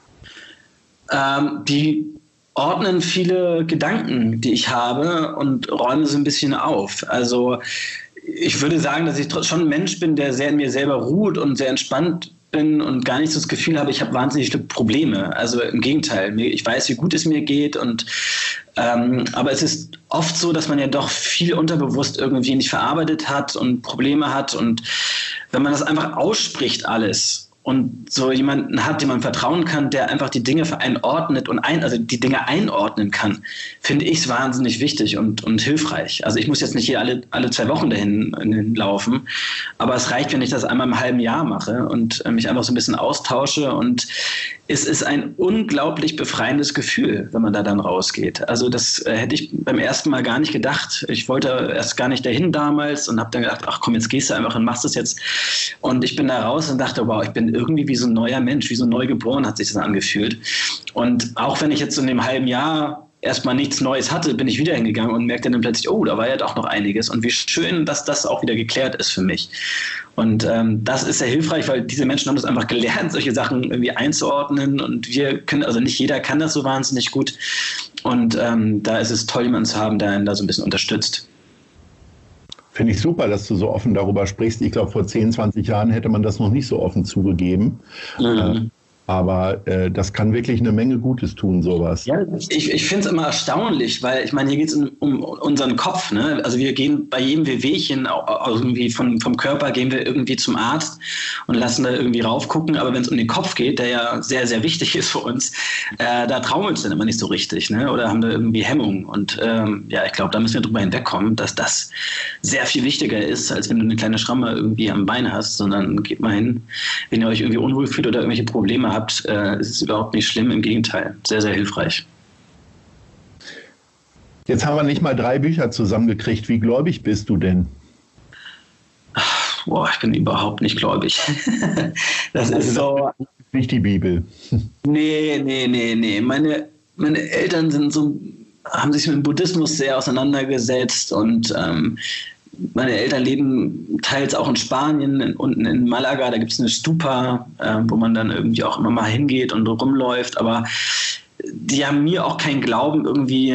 Speaker 3: Die ordnen viele Gedanken, die ich habe und räumen sie ein bisschen auf. Also ich würde sagen, dass ich schon ein Mensch bin, der sehr in mir selber ruht und sehr entspannt bin und gar nicht so das Gefühl habe, ich habe wahnsinnig viele Probleme. Also im Gegenteil, ich weiß, wie gut es mir geht aber es ist oft so, dass man ja doch viel unterbewusst irgendwie nicht verarbeitet hat und Probleme hat und wenn man das einfach ausspricht alles und so jemanden hat, dem man vertrauen kann, der einfach die Dinge für einen ordnet und also die Dinge einordnen kann, finde ich es wahnsinnig wichtig und hilfreich. Also ich muss jetzt nicht hier alle 2 Wochen dahin laufen, aber es reicht, wenn ich das einmal im halben Jahr mache und mich einfach so ein bisschen austausche und es ist ein unglaublich befreiendes Gefühl, wenn man da dann rausgeht. Also das hätte ich beim ersten Mal gar nicht gedacht. Ich wollte erst gar nicht dahin damals und habe dann gedacht, ach komm, jetzt gehst du einfach und machst das jetzt. Und ich bin da raus und dachte, wow, ich bin irgendwie wie so ein neuer Mensch, wie so neugeboren hat sich das angefühlt. Und auch wenn ich jetzt so in dem halben Jahr erstmal nichts Neues hatte, bin ich wieder hingegangen und merkte dann plötzlich, oh, da war ja doch noch einiges und wie schön, dass das auch wieder geklärt ist für mich. Und das ist sehr hilfreich, weil diese Menschen haben das einfach gelernt, solche Sachen irgendwie einzuordnen und wir können, also nicht jeder kann das so wahnsinnig gut und da ist es toll, jemanden zu haben, der einen da so ein bisschen unterstützt.
Speaker 2: Finde ich super, dass du so offen darüber sprichst. Ich glaube, vor 10, 20 Jahren hätte man das noch nicht so offen zugegeben. Aber das kann wirklich eine Menge Gutes tun, sowas.
Speaker 3: Ja, ich finde es immer erstaunlich, weil ich meine, hier geht es um unseren Kopf. Ne? Also wir gehen bei jedem Wehwehchen, irgendwie vom Körper, gehen wir irgendwie zum Arzt und lassen da irgendwie raufgucken. Aber wenn es um den Kopf geht, der ja sehr, sehr wichtig ist für uns, da trauen wir uns dann immer nicht so richtig, ne? Oder haben da irgendwie Hemmungen. Und ja, ich glaube, da müssen wir drüber hinwegkommen, dass das sehr viel wichtiger ist, als wenn du eine kleine Schramme irgendwie am Bein hast, sondern geht mal hin, wenn ihr euch irgendwie unwohl fühlt oder irgendwelche Probleme habt, ist es überhaupt nicht schlimm, im Gegenteil, sehr, sehr hilfreich.
Speaker 2: Jetzt haben wir nicht mal 3 Bücher zusammengekriegt. Wie gläubig bist du denn?
Speaker 3: Boah, ich bin überhaupt nicht gläubig. Das ist so...
Speaker 2: Nicht die Bibel.
Speaker 3: Nee. Meine Eltern haben sich mit dem Buddhismus sehr auseinandergesetzt und meine Eltern leben teils auch in Spanien, unten in Malaga, da gibt es eine Stupa, wo man dann irgendwie auch immer mal hingeht und rumläuft, aber die haben mir auch keinen Glauben irgendwie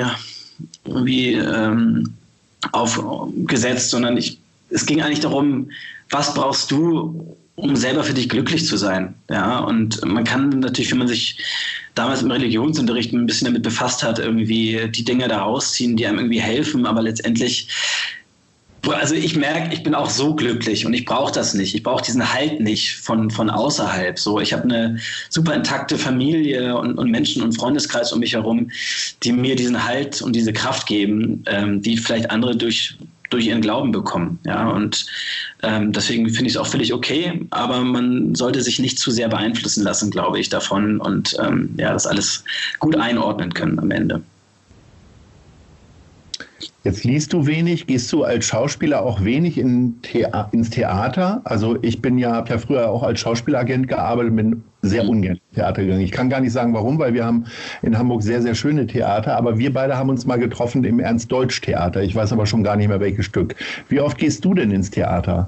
Speaker 3: aufgesetzt, sondern es ging eigentlich darum, was brauchst du, um selber für dich glücklich zu sein. Ja, und man kann natürlich, wenn man sich damals im Religionsunterricht ein bisschen damit befasst hat, irgendwie die Dinge da rausziehen, die einem irgendwie helfen, aber letztendlich, also ich merke, ich bin auch so glücklich und ich brauche das nicht. Ich brauche diesen Halt nicht von außerhalb. So, ich habe eine super intakte Familie und Menschen und Freundeskreis um mich herum, die mir diesen Halt und diese Kraft geben, die vielleicht andere durch ihren Glauben bekommen. Ja, und deswegen finde ich es auch völlig okay, aber man sollte sich nicht zu sehr beeinflussen lassen, glaube ich, davon und das alles gut einordnen können am Ende.
Speaker 2: Jetzt liest du wenig, gehst du als Schauspieler auch wenig ins Theater? Also ich habe ja früher auch als Schauspielagent gearbeitet, bin sehr ungern ins Theater gegangen. Ich kann gar nicht sagen, warum, weil wir haben in Hamburg sehr, sehr schöne Theater, aber wir beide haben uns mal getroffen im Ernst-Deutsch-Theater. Ich weiß aber schon gar nicht mehr, welches Stück. Wie oft gehst du denn ins Theater?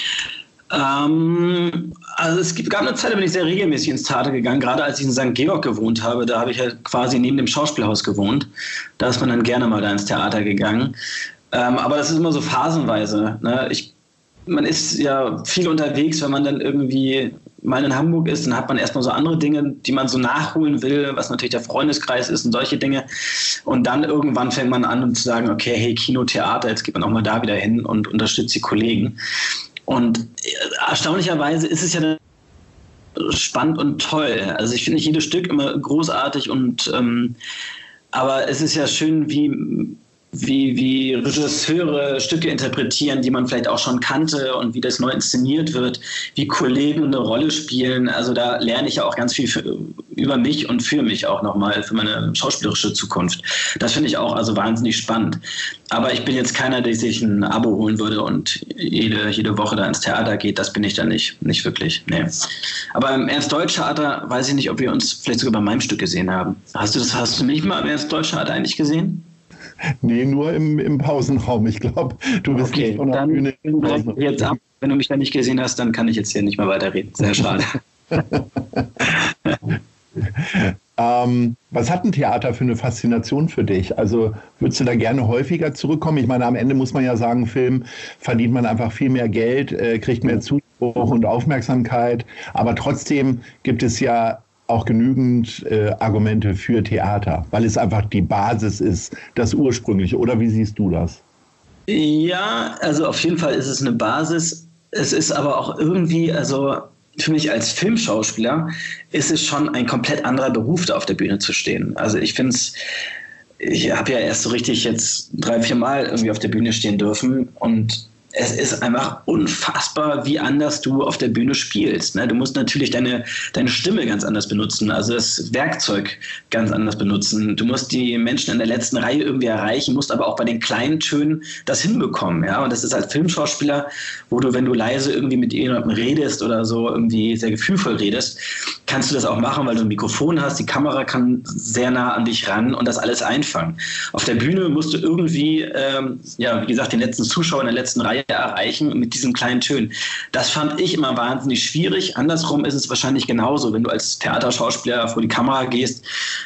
Speaker 3: Also es gab eine Zeit, da bin ich sehr regelmäßig ins Theater gegangen, gerade als ich in St. Georg gewohnt habe, da habe ich ja quasi neben dem Schauspielhaus gewohnt, da ist man dann gerne mal da ins Theater gegangen, aber das ist immer so phasenweise, ne? Man ist ja viel unterwegs, wenn man dann irgendwie mal in Hamburg ist, dann hat man erstmal so andere Dinge, die man so nachholen will, was natürlich der Freundeskreis ist und solche Dinge. Und dann irgendwann fängt man an, zu sagen, okay, hey, Kino, Theater, jetzt geht man auch mal da wieder hin und unterstützt die Kollegen. Und erstaunlicherweise ist es ja spannend und toll. Also ich finde nicht jedes Stück immer großartig aber es ist ja schön, wie Regisseure Stücke interpretieren, die man vielleicht auch schon kannte und wie das neu inszeniert wird, wie Kollegen eine Rolle spielen. Also da lerne ich ja auch ganz viel über mich und für mich auch nochmal, für meine schauspielerische Zukunft. Das finde ich auch also wahnsinnig spannend. Aber ich bin jetzt keiner, der sich ein Abo holen würde und jede Woche da ins Theater geht. Das bin ich dann nicht wirklich. Nee. Aber im Ernst-Deutsch-Theater weiß ich nicht, ob wir uns vielleicht sogar bei meinem Stück gesehen haben. Hast du mich mal im Ernst-Deutsch-Theater eigentlich gesehen?
Speaker 2: Nee, nur im Pausenraum. Ich glaube, du bist
Speaker 3: okay,
Speaker 2: nicht von der Bühne.
Speaker 3: Jetzt ab. Wenn du mich da nicht gesehen hast, dann kann ich jetzt hier nicht mehr weiterreden. Sehr schade.
Speaker 2: Was hat ein Theater für eine Faszination für dich? Also würdest du da gerne häufiger zurückkommen? Ich meine, am Ende muss man ja sagen, Film verdient man einfach viel mehr Geld, kriegt mehr Zuspruch und Aufmerksamkeit. Aber trotzdem gibt es ja auch genügend Argumente für Theater, weil es einfach die Basis ist, das Ursprüngliche. Oder wie siehst du das?
Speaker 3: Ja, also auf jeden Fall ist es eine Basis. Es ist aber auch irgendwie, also für mich als Filmschauspieler ist es schon ein komplett anderer Beruf, da auf der Bühne zu stehen. Also ich finde es, ich habe ja erst so richtig jetzt 3-4 Mal irgendwie auf der Bühne stehen dürfen und es ist einfach unfassbar, wie anders du auf der Bühne spielst. Ne? Du musst natürlich deine Stimme ganz anders benutzen, also das Werkzeug ganz anders benutzen. Du musst die Menschen in der letzten Reihe irgendwie erreichen, musst aber auch bei den kleinen Tönen das hinbekommen. Ja? Und das ist als Filmschauspieler, wo du, wenn du leise irgendwie mit jemandem redest oder so irgendwie sehr gefühlvoll redest, kannst du das auch machen, weil du ein Mikrofon hast, die Kamera kann sehr nah an dich ran und das alles einfangen. Auf der Bühne musst du irgendwie, wie gesagt, den letzten Zuschauer in der letzten Reihe erreichen mit diesen kleinen Tönen. Das fand ich immer wahnsinnig schwierig. Andersrum ist es wahrscheinlich genauso, wenn du als Theaterschauspieler vor die Kamera gehst,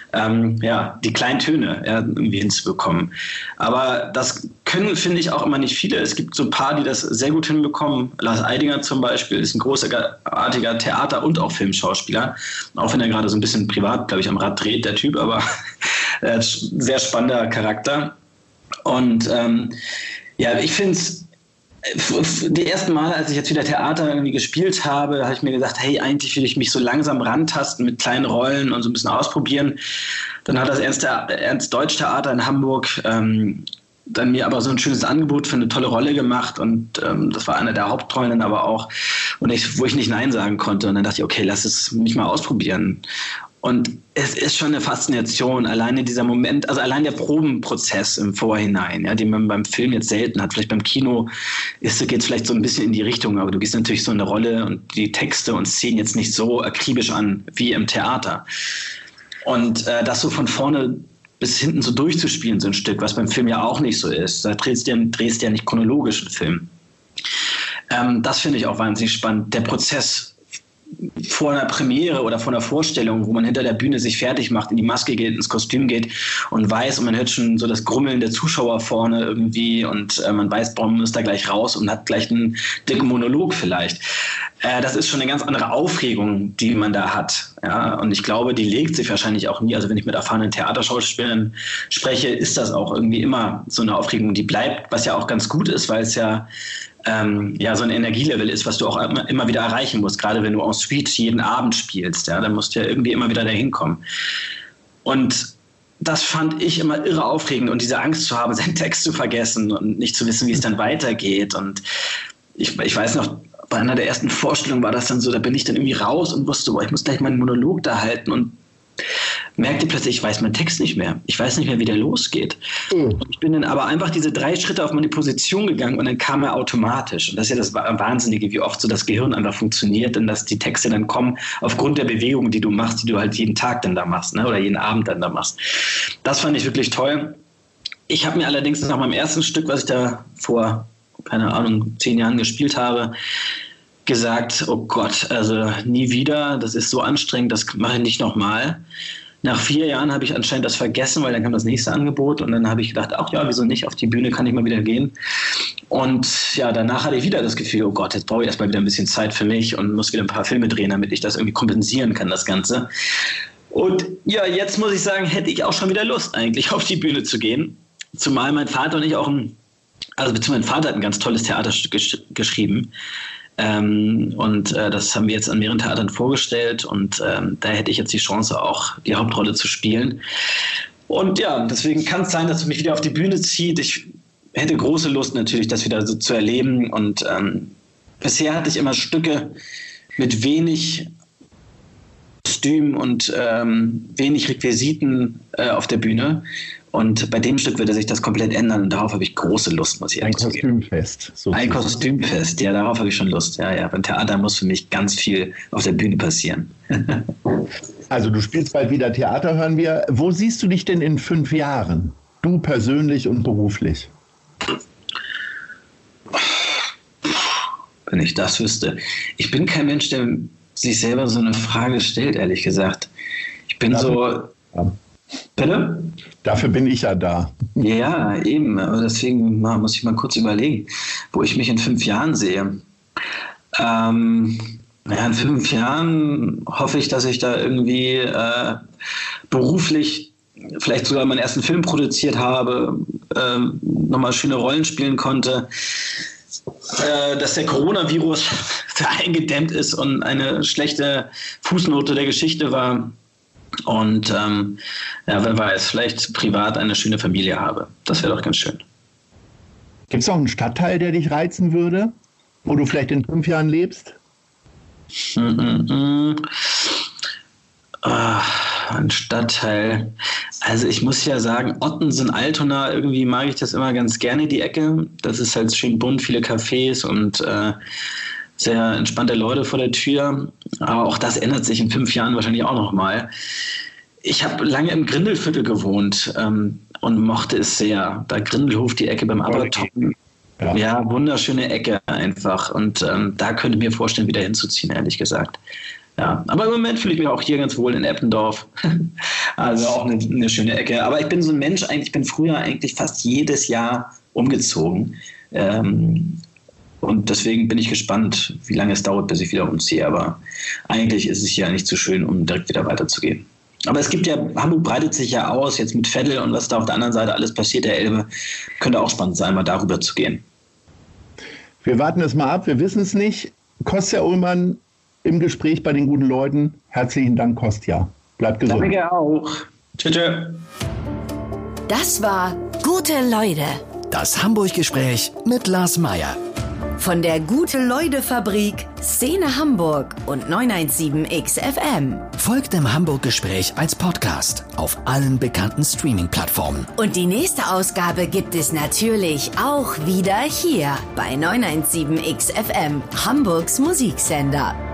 Speaker 3: die kleinen Töne irgendwie hinzubekommen. Aber das können, finde ich, auch immer nicht viele. Es gibt so ein paar, die das sehr gut hinbekommen. Lars Eidinger zum Beispiel ist ein großartiger Theater- und auch Filmschauspieler. Auch wenn er gerade so ein bisschen privat, glaube ich, am Rad dreht, der Typ, aber sehr spannender Charakter. Und ich finde es, die ersten Mal, als ich jetzt wieder Theater irgendwie gespielt habe, habe ich mir gesagt, hey, eigentlich will ich mich so langsam rantasten mit kleinen Rollen und so ein bisschen ausprobieren. Dann hat das Ernst-Deutsch-Theater in Hamburg dann mir aber so ein schönes Angebot für eine tolle Rolle gemacht und das war einer der Hauptrollen dann aber auch, wo ich nicht Nein sagen konnte. Und dann dachte ich, okay, lass es mich mal ausprobieren. Und es ist schon eine Faszination, alleine dieser Moment, also allein der Probenprozess im Vorhinein, den man beim Film jetzt selten hat. Vielleicht beim Kino geht es vielleicht so ein bisschen in die Richtung, aber du gehst natürlich so eine Rolle und die Texte und Szenen jetzt nicht so akribisch an wie im Theater. Und das so von vorne bis hinten so durchzuspielen, so ein Stück, was beim Film ja auch nicht so ist. Da drehst du ja nicht chronologisch einen Film. Das finde ich auch wahnsinnig spannend. Der Prozess vor einer Premiere oder vor einer Vorstellung, wo man hinter der Bühne sich fertig macht, in die Maske geht, ins Kostüm geht und weiß, und man hört schon so das Grummeln der Zuschauer vorne irgendwie und man weiß, man muss da gleich raus und hat gleich einen dicken Monolog vielleicht. Das ist schon eine ganz andere Aufregung, die man da hat. Ja? Und ich glaube, die legt sich wahrscheinlich auch nie. Also wenn ich mit erfahrenen Theaterschauspielern spreche, ist das auch irgendwie immer so eine Aufregung, die bleibt, was ja auch ganz gut ist, weil es so ein Energielevel ist, was du auch immer wieder erreichen musst, gerade wenn du en suite jeden Abend spielst, dann musst du ja irgendwie immer wieder dahin kommen. Und das fand ich immer irre aufregend und diese Angst zu haben, seinen Text zu vergessen und nicht zu wissen, wie es dann weitergeht. Und ich weiß noch, bei einer der ersten Vorstellungen war das dann so, da bin ich dann irgendwie raus und wusste, ich muss gleich meinen Monolog da halten und merkte plötzlich, ich weiß meinen Text nicht mehr. Ich weiß nicht mehr, wie der losgeht. Und ich bin dann aber einfach diese 3 Schritte auf meine Position gegangen und dann kam er automatisch. Und das ist ja das Wahnsinnige, wie oft so das Gehirn einfach funktioniert und dass die Texte dann kommen aufgrund der Bewegungen, die du machst, die du halt jeden Tag dann da machst, ne? Oder jeden Abend dann da machst. Das fand ich wirklich toll. Ich habe mir allerdings nach meinem ersten Stück, was ich da vor, 10 Jahren gespielt habe, gesagt, oh Gott, also nie wieder, das ist so anstrengend, das mache ich nicht nochmal. Nach 4 Jahren habe ich anscheinend das vergessen, weil dann kam das nächste Angebot und dann habe ich gedacht, ach ja, wieso nicht, auf die Bühne kann ich mal wieder gehen. Und danach hatte ich wieder das Gefühl, oh Gott, jetzt brauche ich erstmal wieder ein bisschen Zeit für mich und muss wieder ein paar Filme drehen, damit ich das irgendwie kompensieren kann, das Ganze. Und jetzt muss ich sagen, hätte ich auch schon wieder Lust eigentlich auf die Bühne zu gehen. Zumal mein Vater und ich beziehungsweise mein Vater hat ein ganz tolles Theaterstück geschrieben. Das haben wir jetzt an mehreren Theatern vorgestellt und da hätte ich jetzt die Chance, auch die Hauptrolle zu spielen. Und deswegen kann es sein, dass es mich wieder auf die Bühne zieht. Ich hätte große Lust natürlich, das wieder so zu erleben. Und bisher hatte ich immer Stücke mit wenig Kostüm und wenig Requisiten auf der Bühne. Und bei dem Stück würde sich das komplett ändern und darauf habe ich große Lust, muss ich ehrlich sagen. Ein Kostümfest. Sozusagen. Ein Kostümfest, darauf habe ich schon Lust. Beim Theater muss für mich ganz viel auf der Bühne passieren.
Speaker 2: Also du spielst bald wieder Theater, hören wir. Wo siehst du dich denn in 5 Jahren? Du persönlich und beruflich?
Speaker 3: Wenn ich das wüsste. Ich bin kein Mensch, der sich selber so eine Frage stellt, ehrlich gesagt. Ich bin Bitte?
Speaker 2: Dafür bin ich ja da.
Speaker 3: Ja, eben. Aber deswegen muss ich mal kurz überlegen, wo ich mich in 5 Jahren sehe. In 5 Jahren hoffe ich, dass ich da irgendwie beruflich vielleicht sogar meinen ersten Film produziert habe, nochmal schöne Rollen spielen konnte, dass der Coronavirus eingedämmt ist und eine schlechte Fußnote der Geschichte war. Und wer weiß, vielleicht privat eine schöne Familie habe. Das wäre doch ganz schön.
Speaker 2: Gibt es auch einen Stadtteil, der dich reizen würde, wo du vielleicht in 5 Jahren lebst?
Speaker 3: Ein Stadtteil. Also ich muss ja sagen, Ottensen-Altona, irgendwie mag ich das immer ganz gerne, die Ecke. Das ist halt schön bunt, viele Cafés und sehr entspannte Leute vor der Tür. Aber auch das ändert sich in 5 Jahren wahrscheinlich auch noch mal. Ich habe lange im Grindelviertel gewohnt und mochte es sehr. Da Grindelhof, die Ecke beim Abertoppen. Ja, wunderschöne Ecke einfach. Und da könnte ich mir vorstellen, wieder hinzuziehen, ehrlich gesagt. Ja, aber im Moment fühle ich mich auch hier ganz wohl in Eppendorf. Also auch eine schöne Ecke. Aber ich bin so ein Mensch, ich bin früher eigentlich fast jedes Jahr umgezogen. Und deswegen bin ich gespannt, wie lange es dauert, bis ich wieder umziehe. Aber eigentlich ist es ja nicht so schön, um direkt wieder weiterzugehen. Aber es gibt ja, Hamburg breitet sich ja aus, jetzt mit Veddel und was da auf der anderen Seite alles passiert, der Elbe. Könnte auch spannend sein, mal darüber zu gehen.
Speaker 2: Wir warten es mal ab, wir wissen es nicht. Kostja Ullmann im Gespräch bei den guten Leuten. Herzlichen Dank, Kostja. Bleibt gesund.
Speaker 3: Danke auch. Tschüss.
Speaker 1: Das war Gute Leute.
Speaker 6: Das Hamburg-Gespräch mit Lars Meier.
Speaker 1: Von der Gute-Leute-Fabrik, Szene Hamburg und 917XFM.
Speaker 6: Folgt dem Hamburg-Gespräch als Podcast auf allen bekannten Streaming-Plattformen.
Speaker 1: Und die nächste Ausgabe gibt es natürlich auch wieder hier bei 917XFM, Hamburgs Musiksender.